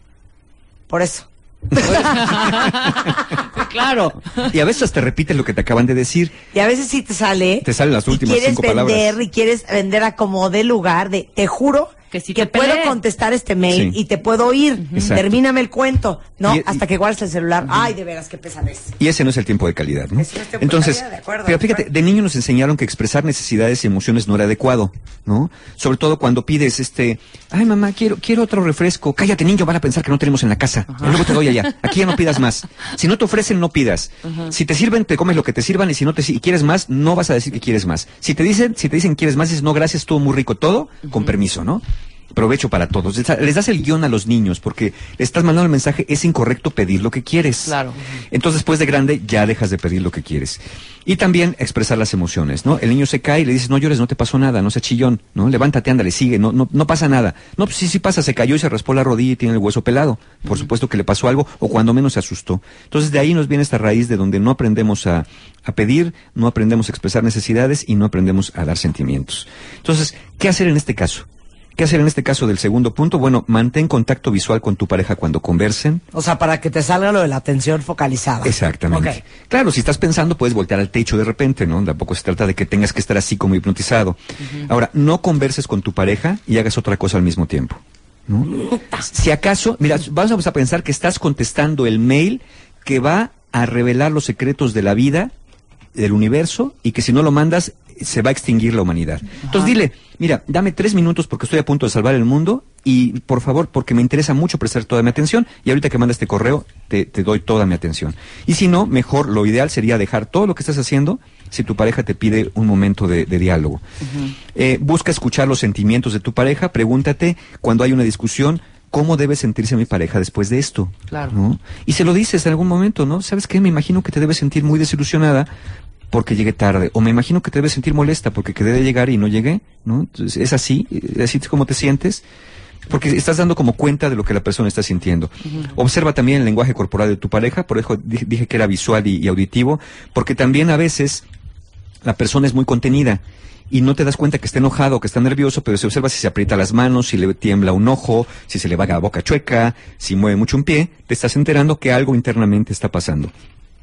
Por eso. Claro. Y a veces te repiten lo que te acaban de decir. Y a veces sí te sale. Te salen las últimas cinco palabras. Y quieres vender, y quieres vender a como de lugar de, te juro que, si que puedo contestar este mail sí. y te puedo oír. Uh-huh. Termíname el cuento. No, y, hasta y, que guardes el celular. Uh-huh. Ay, de veras, qué pesadez. Y ese no es el tiempo de calidad, ¿no? Ese no es tiempo Entonces, de calidad, de acuerdo, pero fíjate, de niño nos enseñaron que expresar necesidades y emociones no era adecuado, ¿no? Sobre todo cuando pides este, ay mamá, quiero quiero otro refresco. Cállate, niño, van a pensar que no tenemos en la casa. Uh-huh. Luego te doy allá. Aquí ya no pidas más. Si no te ofrecen, no pidas. Uh-huh. Si te sirven, te comes lo que te sirvan y si no te y quieres más, no vas a decir que quieres más. Si te dicen, si te dicen quieres más, dices no, gracias, estuvo muy rico todo, uh-huh. con permiso, ¿no? Provecho para todos. Les das el guión a los niños porque le estás mandando el mensaje, es incorrecto pedir lo que quieres. Claro. Entonces, después de grande, ya dejas de pedir lo que quieres. Y también expresar las emociones, ¿no? El niño se cae y le dices, no llores, no te pasó nada, no seas chillón, ¿no? Levántate, ándale, sigue, no, no, no pasa nada. No, pues sí, sí pasa, se cayó y se raspó la rodilla y tiene el hueso pelado. Por uh-huh. supuesto que le pasó algo, o cuando menos se asustó. Entonces, de ahí nos viene esta raíz de donde no aprendemos a, a pedir, no aprendemos a expresar necesidades y no aprendemos a dar sentimientos. Entonces, ¿qué hacer en este caso? ¿Qué hacer en este caso del segundo punto? Bueno, mantén contacto visual con tu pareja cuando conversen. O sea, para que te salga lo de la atención focalizada. Exactamente. Okay. Claro, si estás pensando, puedes voltear al techo de repente, ¿no? Tampoco se trata de que tengas que estar así como hipnotizado. Uh-huh. Ahora, no converses con tu pareja y hagas otra cosa al mismo tiempo, ¿no? Si acaso, mira, vamos a pensar que estás contestando el mail que va a revelar los secretos de la vida, del universo, y que si no lo mandas, se va a extinguir la humanidad. Ajá. Entonces dile, mira, dame tres minutos porque estoy a punto de salvar el mundo y por favor, porque me interesa mucho prestar toda mi atención y ahorita que mandas este correo, te, te doy toda mi atención. Y si no, mejor, lo ideal sería dejar todo lo que estás haciendo si tu pareja te pide un momento de, de diálogo. Uh-huh. Eh, busca escuchar los sentimientos de tu pareja, pregúntate cuando hay una discusión, ¿cómo debe sentirse mi pareja después de esto? Claro. ¿No? Y se lo dices en algún momento, ¿no? ¿Sabes qué? Me imagino que te debes sentir muy desilusionada porque llegué tarde, o me imagino que te debes sentir molesta porque quedé de llegar y no llegué, ¿no? Entonces, es así, así es como te sientes, porque estás dando como cuenta de lo que la persona está sintiendo. Uh-huh. Observa también el lenguaje corporal de tu pareja, por eso dije, dije que era visual y, y auditivo, porque también a veces la persona es muy contenida y no te das cuenta que está enojado o que está nervioso, pero se observa si se aprieta las manos, si le tiembla un ojo, si se le va la boca chueca, si mueve mucho un pie, te estás enterando que algo internamente está pasando.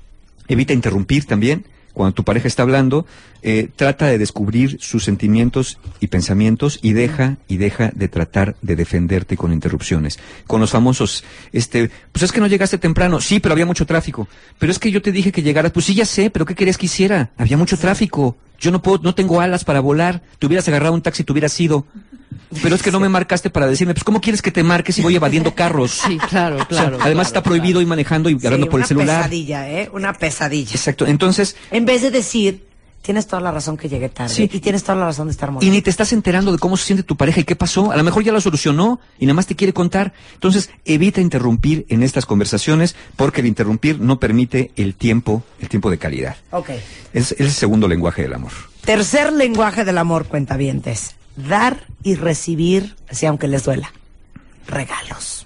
Evita interrumpir también. Cuando tu pareja está hablando, eh, trata de descubrir sus sentimientos y pensamientos y deja, y deja de tratar de defenderte con interrupciones. Con los famosos, este, pues es que no llegaste temprano. Sí, pero había mucho tráfico. Pero es que yo te dije que llegaras. Pues sí, ya sé, pero ¿qué querías que hiciera? Había mucho tráfico. Yo no puedo, no tengo alas para volar. Te hubieras agarrado un taxi, te hubieras ido. Pero es que no me marcaste para decirme, pues ¿cómo quieres que te marque si voy evadiendo carros? Sí, claro, claro. O sea, además claro, está prohibido claro. ir manejando y hablando sí, por el celular. Una pesadilla, ¿eh? Una pesadilla. Exacto, entonces... En vez de decir, tienes toda la razón que llegué tarde. Sí. Y tienes toda la razón de estar Y molesto. ni te estás enterando de cómo se siente tu pareja y qué pasó. A lo mejor ya lo solucionó y nada más te quiere contar. Entonces, evita interrumpir en estas conversaciones porque el interrumpir no permite el tiempo, el tiempo de calidad. Ok. Es, es el segundo lenguaje del amor. Tercer lenguaje del amor, cuentavientes. Dar y recibir, si aunque les duela, regalos.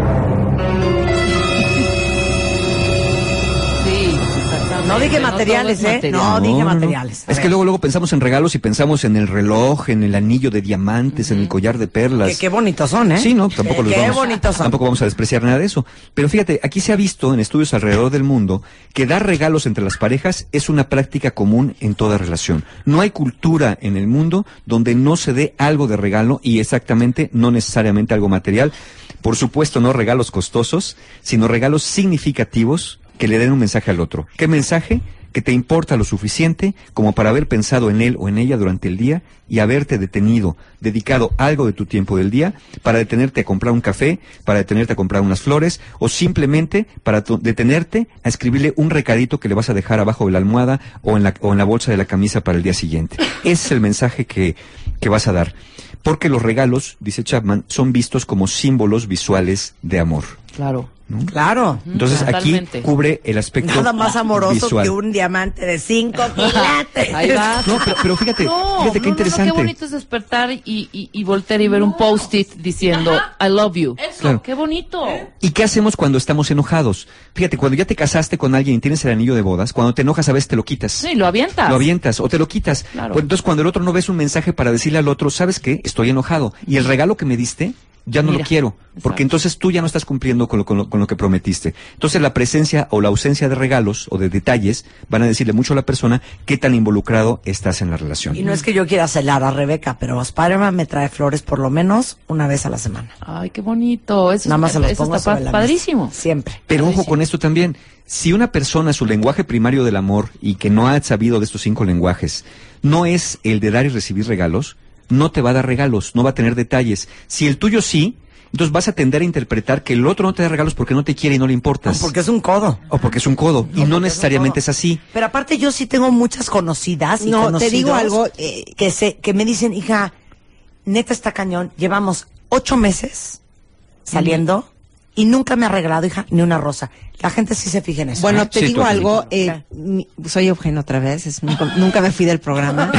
Sí, exactamente. No dije materiales, todo es ¿eh? material. No, dije materiales. A Es que ver. luego luego pensamos en regalos y pensamos en el reloj, en el anillo de diamantes, uh-huh. en el collar de perlas. Que qué bonitos son, ¿eh? Sí, no, tampoco Qué- los qué vamos, bonitos son. tampoco vamos a despreciar nada de eso. Pero fíjate, aquí se ha visto en estudios alrededor del mundo que dar regalos entre las parejas es una práctica común en toda relación. No hay cultura en el mundo donde no se dé algo de regalo y exactamente no necesariamente algo material. Por supuesto, no regalos costosos, sino regalos significativos que le den un mensaje al otro. ¿Qué mensaje? Que te importa lo suficiente como para haber pensado en él o en ella durante el día y haberte detenido, dedicado algo de tu tiempo del día para detenerte a comprar un café, para detenerte a comprar unas flores o simplemente para tu- detenerte a escribirle un recadito que le vas a dejar abajo de la almohada o en la, o en la bolsa de la camisa para el día siguiente. Ese es el mensaje que, que vas a dar. Porque los regalos, dice Chapman, son vistos como símbolos visuales de amor. Claro. ¿No? Claro. Entonces Totalmente. aquí cubre el aspecto Nada más amoroso visual. que un diamante de cinco quilates. Ahí va. No, pero, pero fíjate, No, fíjate qué no, interesante. No, no, qué bonito es despertar y, y, y voltear y ver un post-it diciendo I love you. Eso, Claro. qué bonito. ¿Y qué hacemos cuando estamos enojados? Fíjate, cuando ya te casaste con alguien y tienes el anillo de bodas, cuando te enojas a veces te lo quitas. Sí, lo avientas. Lo avientas o te lo quitas. Claro. Pues entonces cuando el otro no ves un mensaje para decirle al otro, ¿sabes qué? Estoy enojado. Y el regalo que me diste, ya no Mira, lo quiero. Porque exacto. entonces tú ya no estás cumpliendo con lo, con, lo, con lo que prometiste. Entonces la presencia o la ausencia de regalos o de detalles van a decirle mucho a la persona qué tan involucrado estás en la relación. Y no es que yo quiera celar a Rebeca, pero Spider-Man me trae flores por lo menos una vez a la semana. Ay, qué bonito. Eso, Nada más se los eso pongo está sobre la pa- mesa. padrísimo. Siempre. Pero ojo Padrísimo. con esto también. Si una persona, su lenguaje primario del amor y que no ha sabido de estos cinco lenguajes, no es el de dar y recibir regalos, no te va a dar regalos, no va a tener detalles. Si el tuyo sí, entonces vas a tender a interpretar que el otro no te da regalos porque no te quiere y no le importas. Porque es un codo. O porque es un codo. y no porque necesariamente es es un así. codo. Pero aparte yo sí tengo muchas conocidas y No, te conocidos digo algo, eh, que se, que me dicen, hija, neta está cañón, llevamos ocho meses saliendo y nunca me ha regalado, hija, ni una rosa. La gente sí se fija en eso. Bueno, ¿eh? te Sí, digo tú, algo, tú. eh, mi- soy Eugenio otra vez, es mi- nunca me fui del programa.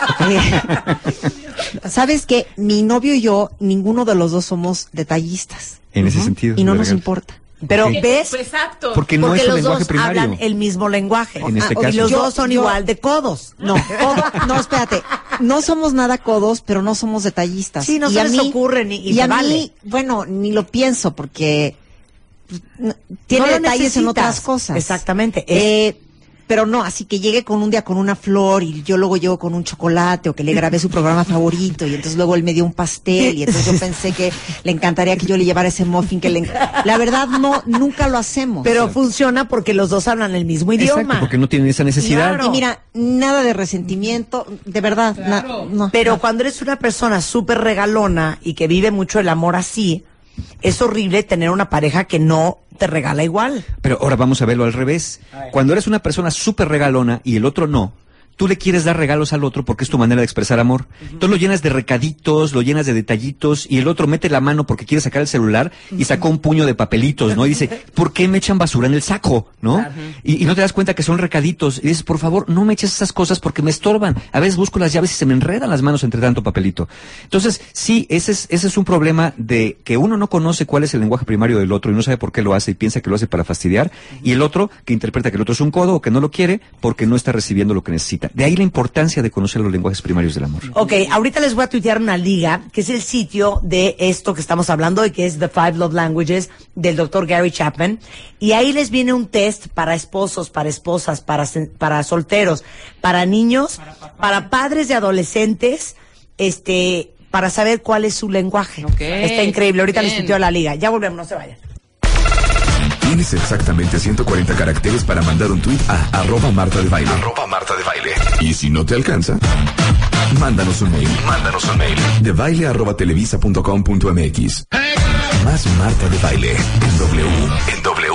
Eh, ¿Sabes qué? Mi novio y yo, ninguno de los dos somos detallistas. En ese sentido. Y no de nos regalos. importa. Pero Ok. ves, Exacto. Porque no porque es el los lenguaje dos primario. hablan el mismo lenguaje. En este Ah, y caso. los Yo- dos son yo- igual de codos. No, todo- no, espérate. no somos nada codos, pero no somos detallistas. Sí, no y se a les mí, ocurre ni- y y te a vale. mí, bueno, ni lo pienso porque no- tiene No lo detalles en necesitas. otras cosas. Exactamente. Es- Eh, pero no, así que llegue con un día con una flor y yo luego llego con un chocolate o que le grabé su programa favorito y entonces luego él me dio un pastel y entonces yo pensé que le encantaría que yo le llevara ese muffin que le enc- La verdad no, nunca lo hacemos. Pero funciona porque los dos hablan el mismo Exacto, idioma. porque no tienen esa necesidad. Claro. Y mira, nada de resentimiento, de verdad, na- no. Pero cuando eres una persona súper regalona y que vive mucho el amor así, es horrible tener una pareja que no te regala igual. Pero ahora vamos a verlo al revés. Cuando eres una persona súper regalona y el otro no, tú le quieres dar regalos al otro porque es tu manera de expresar amor. Entonces lo llenas de recaditos, lo llenas de detallitos y el otro mete la mano porque quiere sacar el celular y sacó un puño de papelitos, ¿no? Y dice, ¿por qué me echan basura en el saco? ¿No? Y, y no te das cuenta que son recaditos. Y dices, por favor, no me eches esas cosas porque me estorban. A veces busco las llaves y se me enredan las manos entre tanto papelito. Entonces, sí, ese es, ese es un problema de que uno no conoce cuál es el lenguaje primario del otro y no sabe por qué lo hace y piensa que lo hace para fastidiar. Y el otro que interpreta que el otro es un codo o que no lo quiere porque no está recibiendo lo que necesita. De ahí la importancia de conocer los lenguajes primarios del amor. Ok, ahorita les voy a tuitear una liga, que es el sitio de esto que estamos hablando y que es The Five Love Languages del doctor Gary Chapman. Y ahí les viene un test para esposos, para esposas, para, sen- para solteros, para niños, para padres de adolescentes, este, para saber cuál es su lenguaje. Ok, Está increíble. Ahorita les bien. tuiteo la liga. Ya volvemos, no se vayan. Tienes exactamente ciento cuarenta caracteres para mandar un tuit a arroba Marta de Baile. Arroba Marta de Baile. Y si no te alcanza, mándanos un mail. Mándanos un mail. De baile arroba televisa punto com punto mx. Más Marta de Baile. En W. En W.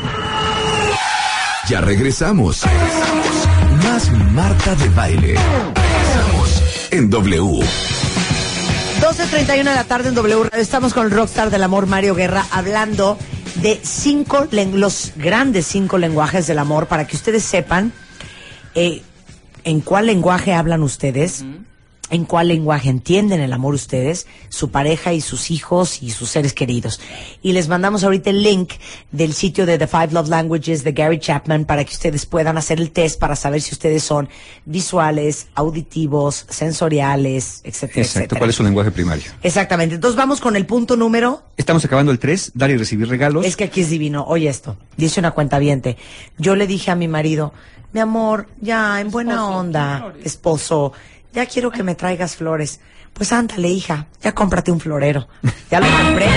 Ya regresamos. Regresamos. Más Marta de Baile. Regresamos. En W. doce treinta y una de la tarde en W Radio. Estamos con el rockstar del amor, Mario Guerra, hablando de cinco, len- los grandes cinco lenguajes del amor, para que ustedes sepan eh, en cuál lenguaje hablan ustedes, en cuál lenguaje entienden el amor ustedes, su pareja y sus hijos y sus seres queridos. Y les mandamos ahorita el link del sitio de The Five Love Languages de Gary Chapman para que ustedes puedan hacer el test para saber si ustedes son visuales, auditivos, sensoriales, etcétera, Exacto, etcétera. ¿cuál es su lenguaje primario? Exactamente. Entonces vamos con el punto número. Estamos acabando el tres, dar y recibir regalos. Es que aquí es divino. Oye esto. Dice una cuentaviente. Yo le dije a mi marido, mi amor, ya, en buena Esposo, onda, flores. esposo, ya quiero que me traigas flores. Pues ándale, hija, ya cómprate un florero. Ya lo compré.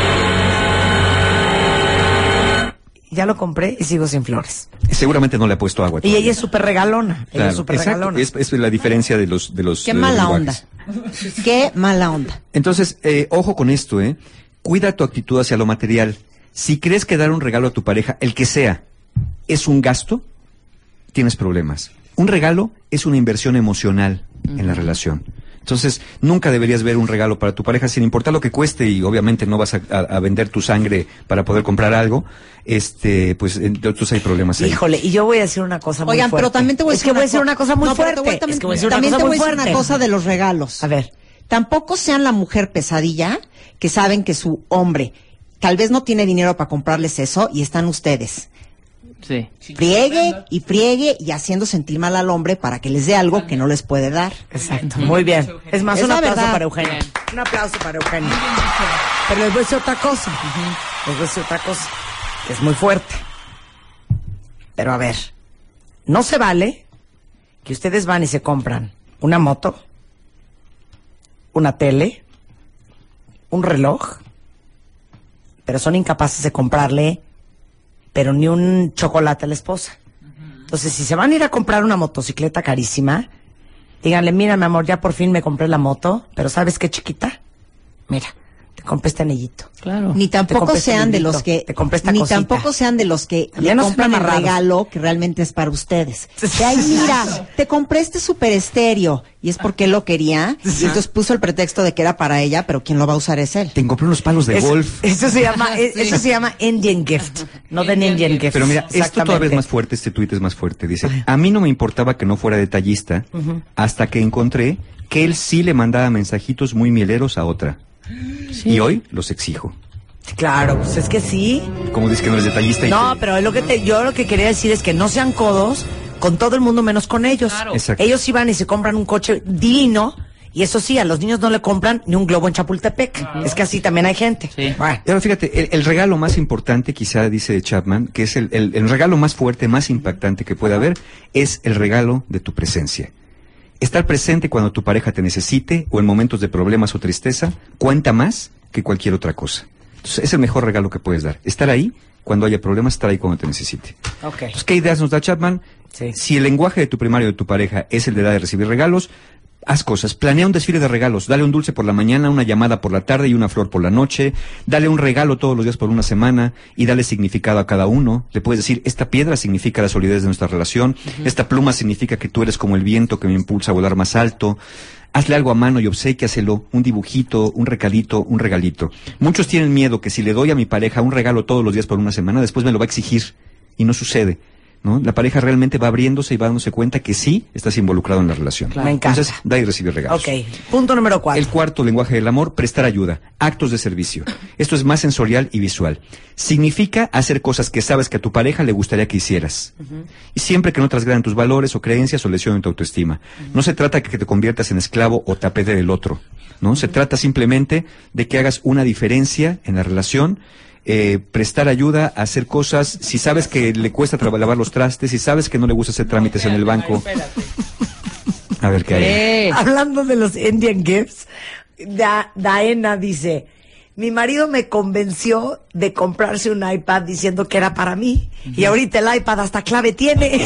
Ya lo compré y sigo sin flores. Seguramente no le ha puesto agua. Y todavía. ella es súper regalona. Ella Claro, es súper exacto. regalona. Es, es la diferencia de los de los Qué de los mala lenguajes. onda. Qué mala onda. Entonces, eh, ojo con esto, ¿eh? Cuida tu actitud hacia lo material. Si crees que dar un regalo a tu pareja, el que sea, es un gasto, tienes problemas. Un regalo es una inversión emocional en la relación. Entonces, nunca deberías ver un regalo para tu pareja sin importar lo que cueste y obviamente no vas a, a- a vender tu sangre para poder comprar algo. Este, pues entonces hay problemas ahí. Híjole, y yo voy a decir una cosa muy Oigan, fuerte. pero también te voy a es decir que voy a decir una cosa muy No, pero fuerte. te voy también, es que voy a decir una también cosa te voy muy a decir fuerte. una cosa de los regalos. A ver. Tampoco sean la mujer pesadilla que saben que su hombre tal vez no tiene dinero para comprarles eso y están ustedes. Sí. Friegue y friegue y haciendo sentir mal al hombre para que les dé algo que no les puede dar. Exacto, muy bien. Es más, Es un la aplauso verdad. para Eugenio. Bien. Un aplauso para Eugenio. Pero les voy a decir otra cosa. Les voy a decir otra cosa. Es muy fuerte. Pero a ver, no se vale que ustedes van y se compran una moto, una tele, un reloj, pero son incapaces de comprarle, pero ni un chocolate a la esposa. Entonces, si se van a ir a comprar una motocicleta carísima, díganle, mira, mi amor, ya por fin me compré la moto, pero ¿sabes qué, chiquita? Mira, te compré este anillito. Claro. Ni Te tampoco compré este sean de librito, los que te compré esta ni cosita. tampoco sean de los que Ya le no sean compran el amarrados. regalo que realmente es para ustedes. De ahí, mira, te compré este super estéreo y es porque él lo quería y entonces puso el pretexto de que era para ella, pero quien lo va a usar es él. Te compré unos palos de Es- golf. Eso se llama, es- eso se llama Indian gift, no de Indian Indian gift. gift. Pero mira, esto todavía es Exactamente. más fuerte, este tuit es más fuerte. Dice, a mí no me importaba que no fuera detallista hasta que encontré que él sí le mandaba mensajitos muy mieleros a otra. Y hoy los exijo. Claro, pues es que sí. Como dices que no eres detallista y No, te- pero es lo que te, yo lo que quería decir es que no sean codos, con todo el mundo menos con ellos. Claro. Exacto. Ellos iban y se compran un coche divino, y eso sí, a los niños no le compran ni un globo en Chapultepec. Uh-huh. Es que así también hay gente. Sí. Bueno. Y ahora fíjate, el, el regalo más importante, quizá dice Chapman, que es el, el, el regalo más fuerte, más impactante que puede haber, es el regalo de tu presencia. Estar presente cuando tu pareja te necesite o en momentos de problemas o tristeza cuenta más que cualquier otra cosa. Entonces, es el mejor regalo que puedes dar. Estar ahí cuando haya problemas, estar ahí cuando te necesite. Ok. Entonces, ¿qué ideas nos da Chapman? Sí. Si el lenguaje de tu primario de tu pareja es el de dar y recibir regalos, haz cosas, planea un desfile de regalos, dale un dulce por la mañana, una llamada por la tarde y una flor por la noche, dale un regalo todos los días por una semana y dale significado a cada uno. Le puedes decir, esta piedra significa la solidez de nuestra relación, uh-huh. esta pluma significa que tú eres como el viento que me impulsa a volar más alto. Hazle algo a mano y obséquiaselo, un dibujito, un recadito, un regalito. Muchos tienen miedo que si le doy a mi pareja un regalo todos los días por una semana, después me lo va a exigir, y no sucede. ¿No? La pareja realmente va abriéndose y va dándose cuenta que sí estás involucrado en la relación. Claro. Me encanta. Entonces, da y recibe regalos. Ok, punto número cuatro. El cuarto lenguaje del amor, prestar ayuda, actos de servicio. Esto es más sensorial y visual. Significa hacer cosas que sabes que a tu pareja le gustaría que hicieras. Uh-huh. Y siempre que no trasgraden tus valores o creencias o lesionen tu autoestima. Uh-huh. No se trata de que te conviertas en esclavo o tapete del otro, ¿no? Uh-huh. Se trata simplemente de que hagas una diferencia en la relación. Eh, prestar ayuda a hacer cosas, si sabes que le cuesta tra- lavar los trastes, si sabes que no le gusta hacer trámites en el banco. A ver qué hay. Eh. Hablando de los Indian Gifts, da- Daena dice, mi marido me convenció de comprarse un iPad diciendo que era para mí, uh-huh. y ahorita el iPad hasta clave tiene.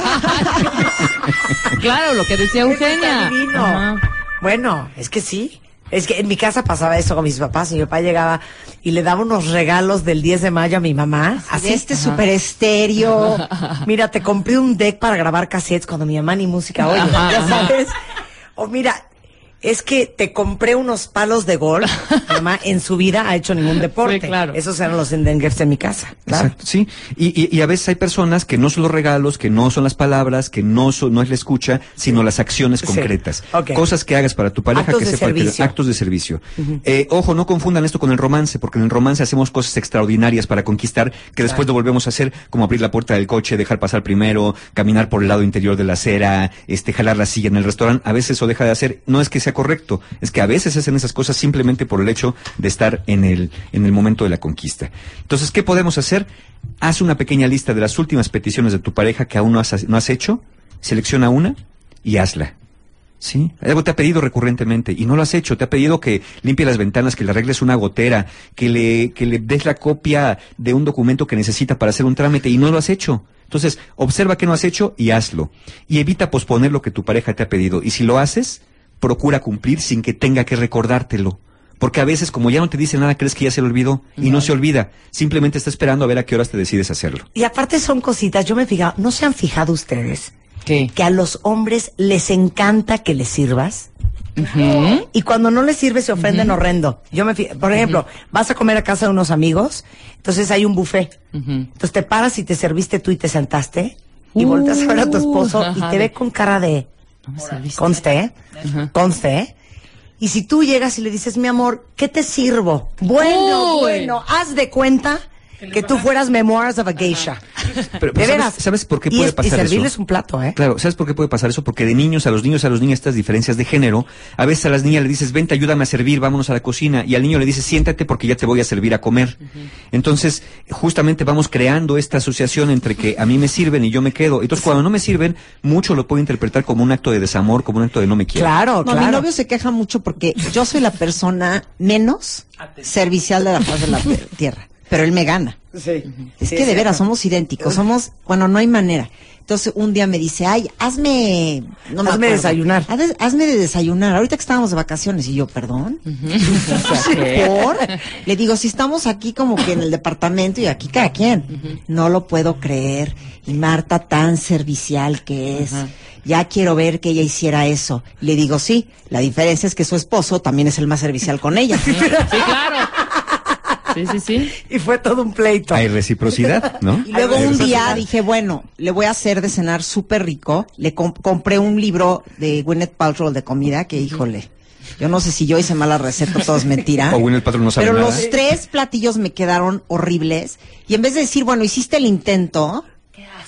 Claro, lo que decía Eugenia. Está divino. Ajá. Bueno, es que sí. Es que en mi casa pasaba eso con mis papás, y mi papá llegaba y le daba unos regalos del diez de mayo a mi mamá. Así este super estéreo. Mira, te compré un deck para grabar cassettes cuando mi mamá ni música oye, Ajá, ya ajá. sabes. O mira, es que te compré unos palos de golf. Mi mamá en su vida ha hecho ningún deporte. Sí, claro. Esos eran los Indian Gifts en mi casa. Claro. Exacto, sí. Y, y, y a veces hay personas que no son los regalos, que no son las palabras, que no son, no es la escucha, sino las acciones Sí. concretas. Ok. Cosas que hagas para tu pareja, Actos que de sepa que servicio. actos de servicio. Eh, ojo, no confundan esto con el romance, porque en el romance hacemos cosas extraordinarias para conquistar, que después lo volvemos a hacer, como abrir la puerta del coche, dejar pasar primero, caminar por el lado interior de la acera, este, jalar la silla en el restaurante. A veces eso deja de hacer. No es que sea correcto, es que a veces hacen esas cosas simplemente por el hecho de estar en el, en el momento de la conquista. Entonces, ¿qué podemos hacer? Haz una pequeña lista de las últimas peticiones de tu pareja que aún no has, no has hecho, selecciona una y hazla. ¿Sí? Algo te ha pedido recurrentemente y no lo has hecho. Te ha pedido que limpie las ventanas, que le arregles una gotera, que le, que le des la copia de un documento que necesita para hacer un trámite y no lo has hecho. Entonces, observa qué no has hecho y hazlo. Y evita posponer lo que tu pareja te ha pedido. Y si lo haces, procura cumplir sin que tenga que recordártelo. Porque a veces, como ya no te dice nada, crees que ya se le olvidó. Y no, no se olvida. Simplemente está esperando a ver a qué horas te decides hacerlo. Y aparte son cositas, yo me he fijado, ¿no se han fijado ustedes? ¿Qué? Que a los hombres les encanta que les sirvas. Uh-huh. Y cuando no les sirve se ofenden uh-huh. horrendo. Yo me fij- por ejemplo, uh-huh. vas a comer a casa de unos amigos, entonces hay un buffet. Uh-huh. Entonces te paras y te serviste tú y te sentaste y uh, volteas a ver a tu esposo uh-huh. y te ve con cara de no me serviste. Conste, uh-huh. conste. Y si tú llegas y le dices, mi amor, ¿qué te sirvo? Bueno, Uy. bueno, haz de cuenta que tú fueras Memoirs of a Geisha. Pero, pero de ¿sabes, veras. ¿sabes por qué y puede es, pasar y servirles eso? un plato, ¿eh? Claro, ¿sabes por qué puede pasar eso? Porque de niños a los niños a los niños estas diferencias de género, a veces a las niñas le dices, vente, ayúdame a servir, vámonos a la cocina, y al niño le dices, siéntate porque ya te voy a servir a comer. Uh-huh. Entonces, justamente vamos creando esta asociación entre que a mí me sirven y yo me quedo. Entonces, cuando no me sirven, mucho lo puedo interpretar como un acto de desamor, como un acto de no me quiero. Claro, No, claro. mi novio se queja mucho porque yo soy la persona menos servicial de la faz de la tierra, pero él me gana. Sí. Es Sí, que de es veras cierto. somos idénticos, somos, bueno, no hay manera. Entonces un día me dice, ay, hazme, no me Hazme acuerdo. desayunar. Haz- hazme de desayunar, ahorita que estábamos de vacaciones, y yo, perdón. Uh-huh. ¿Por? Le digo, si estamos aquí como que en el departamento y aquí cada quien. Uh-huh. No lo puedo creer. Y Marta tan servicial que es. Uh-huh. Ya quiero ver que ella hiciera eso. Le digo, sí, la diferencia es que su esposo también es el más servicial con ella. Sí, claro. Sí, sí, sí. Y fue todo un pleito. Hay reciprocidad, ¿no? Y luego Ay, un eso día sí. dije, bueno, le voy a hacer de cenar súper rico. Le comp- compré un libro de Gwyneth Paltrow de comida que, híjole, yo no sé si yo hice mala receta, todo es mentira. O Gwyneth Paltrow no sabe Pero nada. los tres platillos me quedaron horribles. Y en vez de decir, bueno, hiciste el intento,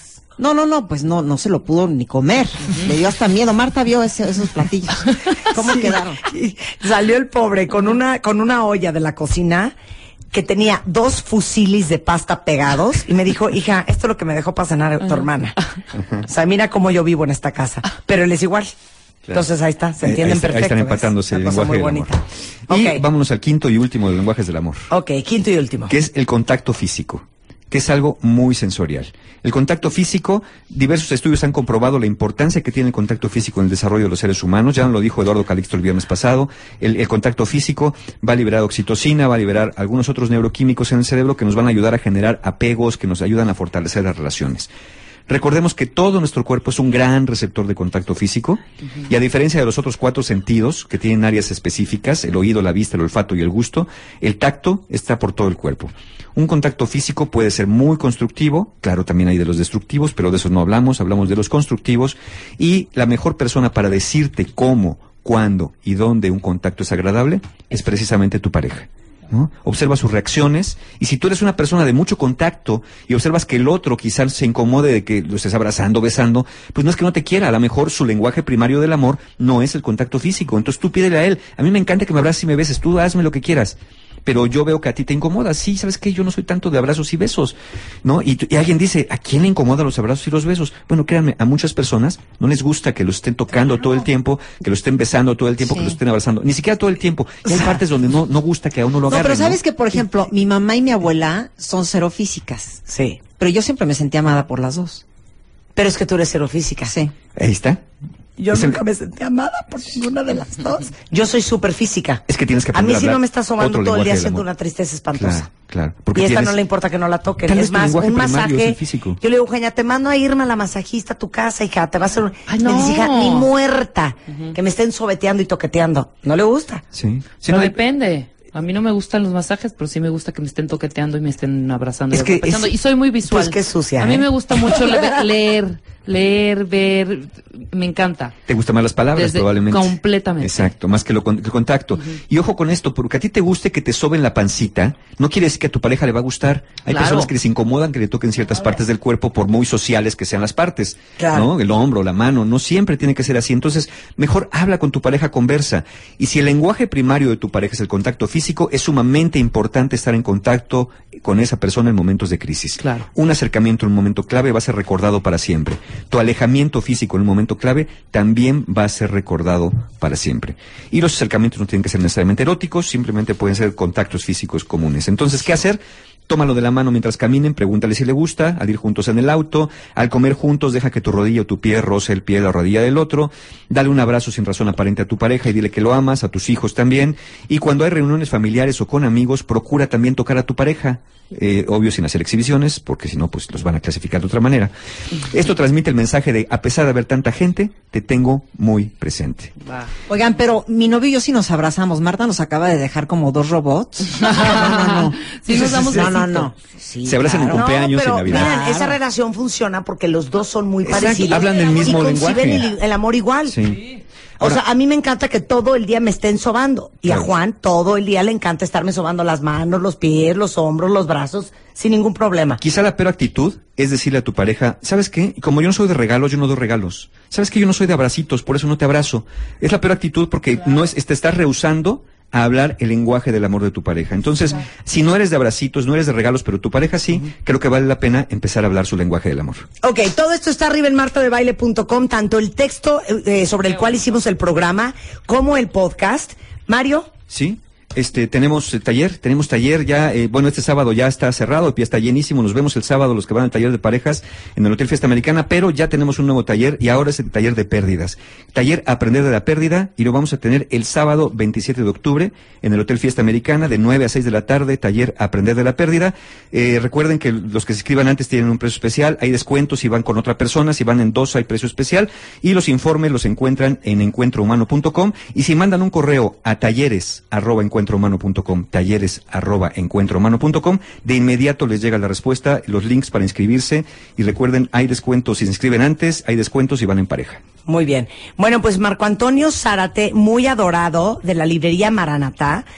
No, no, no, pues no, no se lo pudo ni comer. Uh-huh. Le dio hasta miedo. Marta vio ese, esos platillos. ¿Cómo sí, quedaron? Sí. Salió el pobre con una, con una olla de la cocina que tenía dos fusilis de pasta pegados y me dijo, hija, esto es lo que me dejó para cenar tu uh-huh. hermana. Uh-huh. O sea, mira cómo yo vivo en esta casa. Pero él es igual. Claro. Entonces ahí está, se entienden ahí, perfecto. Ahí están empatándose el lenguaje del amor. Y okay. vámonos al quinto y último de los lenguajes del amor. Ok, quinto y último. Que es el contacto físico, que es algo muy sensorial. El contacto físico, diversos estudios han comprobado la importancia que tiene el contacto físico en el desarrollo de los seres humanos. Ya lo dijo Eduardo Calixto el viernes pasado. El, el contacto físico va a liberar oxitocina, va a liberar algunos otros neuroquímicos en el cerebro que nos van a ayudar a generar apegos, que nos ayudan a fortalecer las relaciones. Recordemos que todo nuestro cuerpo es un gran receptor de contacto físico uh-huh. y a diferencia de los otros cuatro sentidos que tienen áreas específicas, el oído, la vista, el olfato y el gusto, el tacto está por todo el cuerpo. Un contacto físico puede ser muy constructivo, claro, también hay de los destructivos, pero de esos no hablamos, hablamos de los constructivos, y la mejor persona para decirte cómo, cuándo y dónde un contacto es agradable es precisamente tu pareja. ¿No? Observa sus reacciones, y si tú eres una persona de mucho contacto y observas que el otro quizás se incomode de que lo estés abrazando, besando, pues no es que no te quiera, a lo mejor su lenguaje primario del amor no es el contacto físico, entonces tú pídele a él, a mí me encanta que me abraces y me beses, tú hazme lo que quieras, pero yo veo que a ti te incomoda, sí, ¿sabes qué? Yo no soy tanto de abrazos y besos, ¿no? Y, y alguien dice, ¿a quién le incomoda los abrazos y los besos? Bueno, créanme, a muchas personas no les gusta que lo estén tocando todo el tiempo, que lo estén besando todo el tiempo, sí. que lo estén abrazando, ni siquiera todo el tiempo. Y hay partes donde no, no gusta que a uno lo agarren. No, pero sabes ¿no? que, por ejemplo, mi mamá y mi abuela son cero físicas. Sí. Pero yo siempre me sentí amada por las dos. Pero es que tú eres cero física. Sí. Ahí está. Yo es nunca el... me sentí amada por ninguna de las dos. Yo soy súper física. Es que tienes que A aprender mí sí a no me está sobando todo el día haciendo amor. una tristeza espantosa. Claro, claro. Y esta tienes... no le importa que no la toquen. Tal Es vez tu más, lenguaje un primario masaje. es el físico. Yo le digo, Eugenia, te mando a irme a la masajista a tu casa, hija, te va a hacer un... Ay, no. Me dice, hija, ni muerta, uh-huh. que me estén sobeteando y toqueteando. ¿No le gusta? Sí. sí no no, depende. A mí no me gustan los masajes, pero sí me gusta que me estén toqueteando y me estén abrazando. Es y, que es, y soy muy visual. Pues que sucia. A mí ¿eh? me gusta mucho leer, leer, leer, ver. Me encanta. Te gustan más las palabras, Desde, probablemente. Completamente. Exacto, más que lo, el contacto. Uh-huh. Y ojo con esto, porque a ti te guste que te soben la pancita, no quiere decir que a tu pareja le va a gustar. Hay claro. personas que les incomodan que le toquen ciertas partes del cuerpo, por muy sociales que sean las partes. Claro. ¿No? El hombro, la mano, no siempre tiene que ser así. Entonces, mejor habla con tu pareja, conversa. Y si el lenguaje primario de tu pareja es el contacto físico, es sumamente importante estar en contacto con esa persona en momentos de crisis. Claro. Un acercamiento en un momento clave va a ser recordado para siempre. Tu alejamiento físico en un momento clave también va a ser recordado para siempre. Y los acercamientos no tienen que ser necesariamente eróticos, simplemente pueden ser contactos físicos comunes. Entonces, ¿qué hacer? Tómalo de la mano mientras caminen, pregúntale si le gusta, al ir juntos en el auto, al comer juntos, deja que tu rodilla o tu pie roce el pie de la rodilla del otro, dale un abrazo sin razón aparente a tu pareja y dile que lo amas, a tus hijos también, y cuando hay reuniones familiares o con amigos, procura también tocar a tu pareja, eh, obvio sin hacer exhibiciones, porque si no, pues los van a clasificar de otra manera. Esto transmite el mensaje de, a pesar de haber tanta gente, te tengo muy presente. Va. Oigan, pero mi novio y yo sí nos abrazamos. Marta nos acaba de dejar como dos robots. No, no, no. Sí nos damos no, no, besito. no. Sí, Se abrazan claro. en cumpleaños, no, pero, en Navidad. Miren, Claro. esa relación funciona porque los dos son muy Exacto, parecidos. hablan del mismo y conciben lenguaje. el, el amor igual. Sí. O Ahora, sea, a mí me encanta que todo el día me estén sobando. Y claro. a Juan todo el día le encanta estarme sobando las manos, los pies, los hombros, los brazos, sin ningún problema. quizá la peor actitud es decirle a tu pareja, ¿sabes qué? Como yo no soy de regalos, yo no doy regalos. ¿Sabes qué? Yo no soy de abracitos, por eso no te abrazo. Es la peor actitud porque claro. no es, te estás rehusando a hablar el lenguaje del amor de tu pareja. Entonces, claro. si no eres de abracitos, no eres de regalos, pero tu pareja sí, uh-huh. creo que vale la pena empezar a hablar su lenguaje del amor. Ok, todo esto está arriba en marta de baile punto com, tanto el texto eh, sobre el cual hicimos el programa, como el podcast. Mario. Sí. Este, tenemos eh, taller, tenemos taller ya, eh, bueno, este sábado ya está cerrado, ya está llenísimo, nos vemos el sábado los que van al taller de parejas en el Hotel Fiesta Americana, pero ya tenemos un nuevo taller y ahora es el taller de pérdidas. Taller Aprender de la Pérdida y lo vamos a tener el sábado veintisiete de octubre en el Hotel Fiesta Americana de nueve a seis de la tarde, taller Aprender de la Pérdida. Eh, recuerden que los que se inscriban antes tienen un precio especial, hay descuentos si van con otra persona, si van en dos hay precio especial y los informes los encuentran en encuentro humano punto com y si mandan un correo a talleres arroba encuentro humano punto com, talleres arroba encuentro humano punto com, de inmediato les llega la respuesta, los links para inscribirse y recuerden, hay descuentos si se inscriben antes, hay descuentos si van en pareja. Muy bien. Bueno, pues Marco Antonio Zárate, muy adorado, de la librería Maranatá,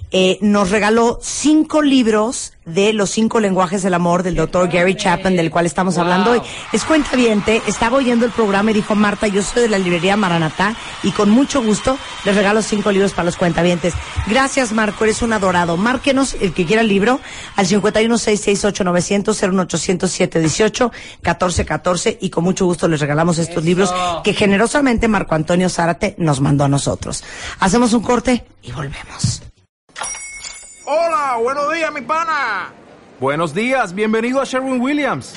eh, nos regaló cinco libros de los cinco lenguajes del amor del doctor Gary Chapman, del cual estamos wow. hablando hoy. Es cuentaviente, estaba oyendo el programa y dijo, Marta, yo soy de la librería Maranatá y con mucho gusto les regalo cinco libros para los cuentavientes. Gracias, Marco, eres un adorado. Márquenos, el que quiera el libro, al cincuenta y uno, seiscientos sesenta y ocho, novecientos, cero uno ochocientos, siete dieciocho, catorce catorce, y con mucho gusto les regalamos estos Eso. libros que generosamente Marco Antonio Zárate nos mandó a nosotros. Hacemos un corte y volvemos. Hola, buenos días, mi pana. Buenos días, bienvenido a Sherwin-Williams.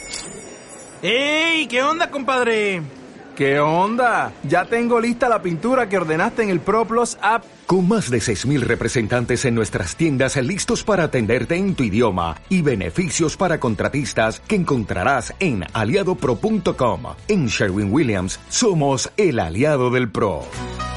¡Ey! ¿Qué onda, compadre? ¿Qué onda? Ya tengo lista la pintura que ordenaste en el ProPlus app. Con más de seis mil representantes en nuestras tiendas listos para atenderte en tu idioma y beneficios para contratistas que encontrarás en aliado pro punto com. En Sherwin-Williams somos el aliado del pro.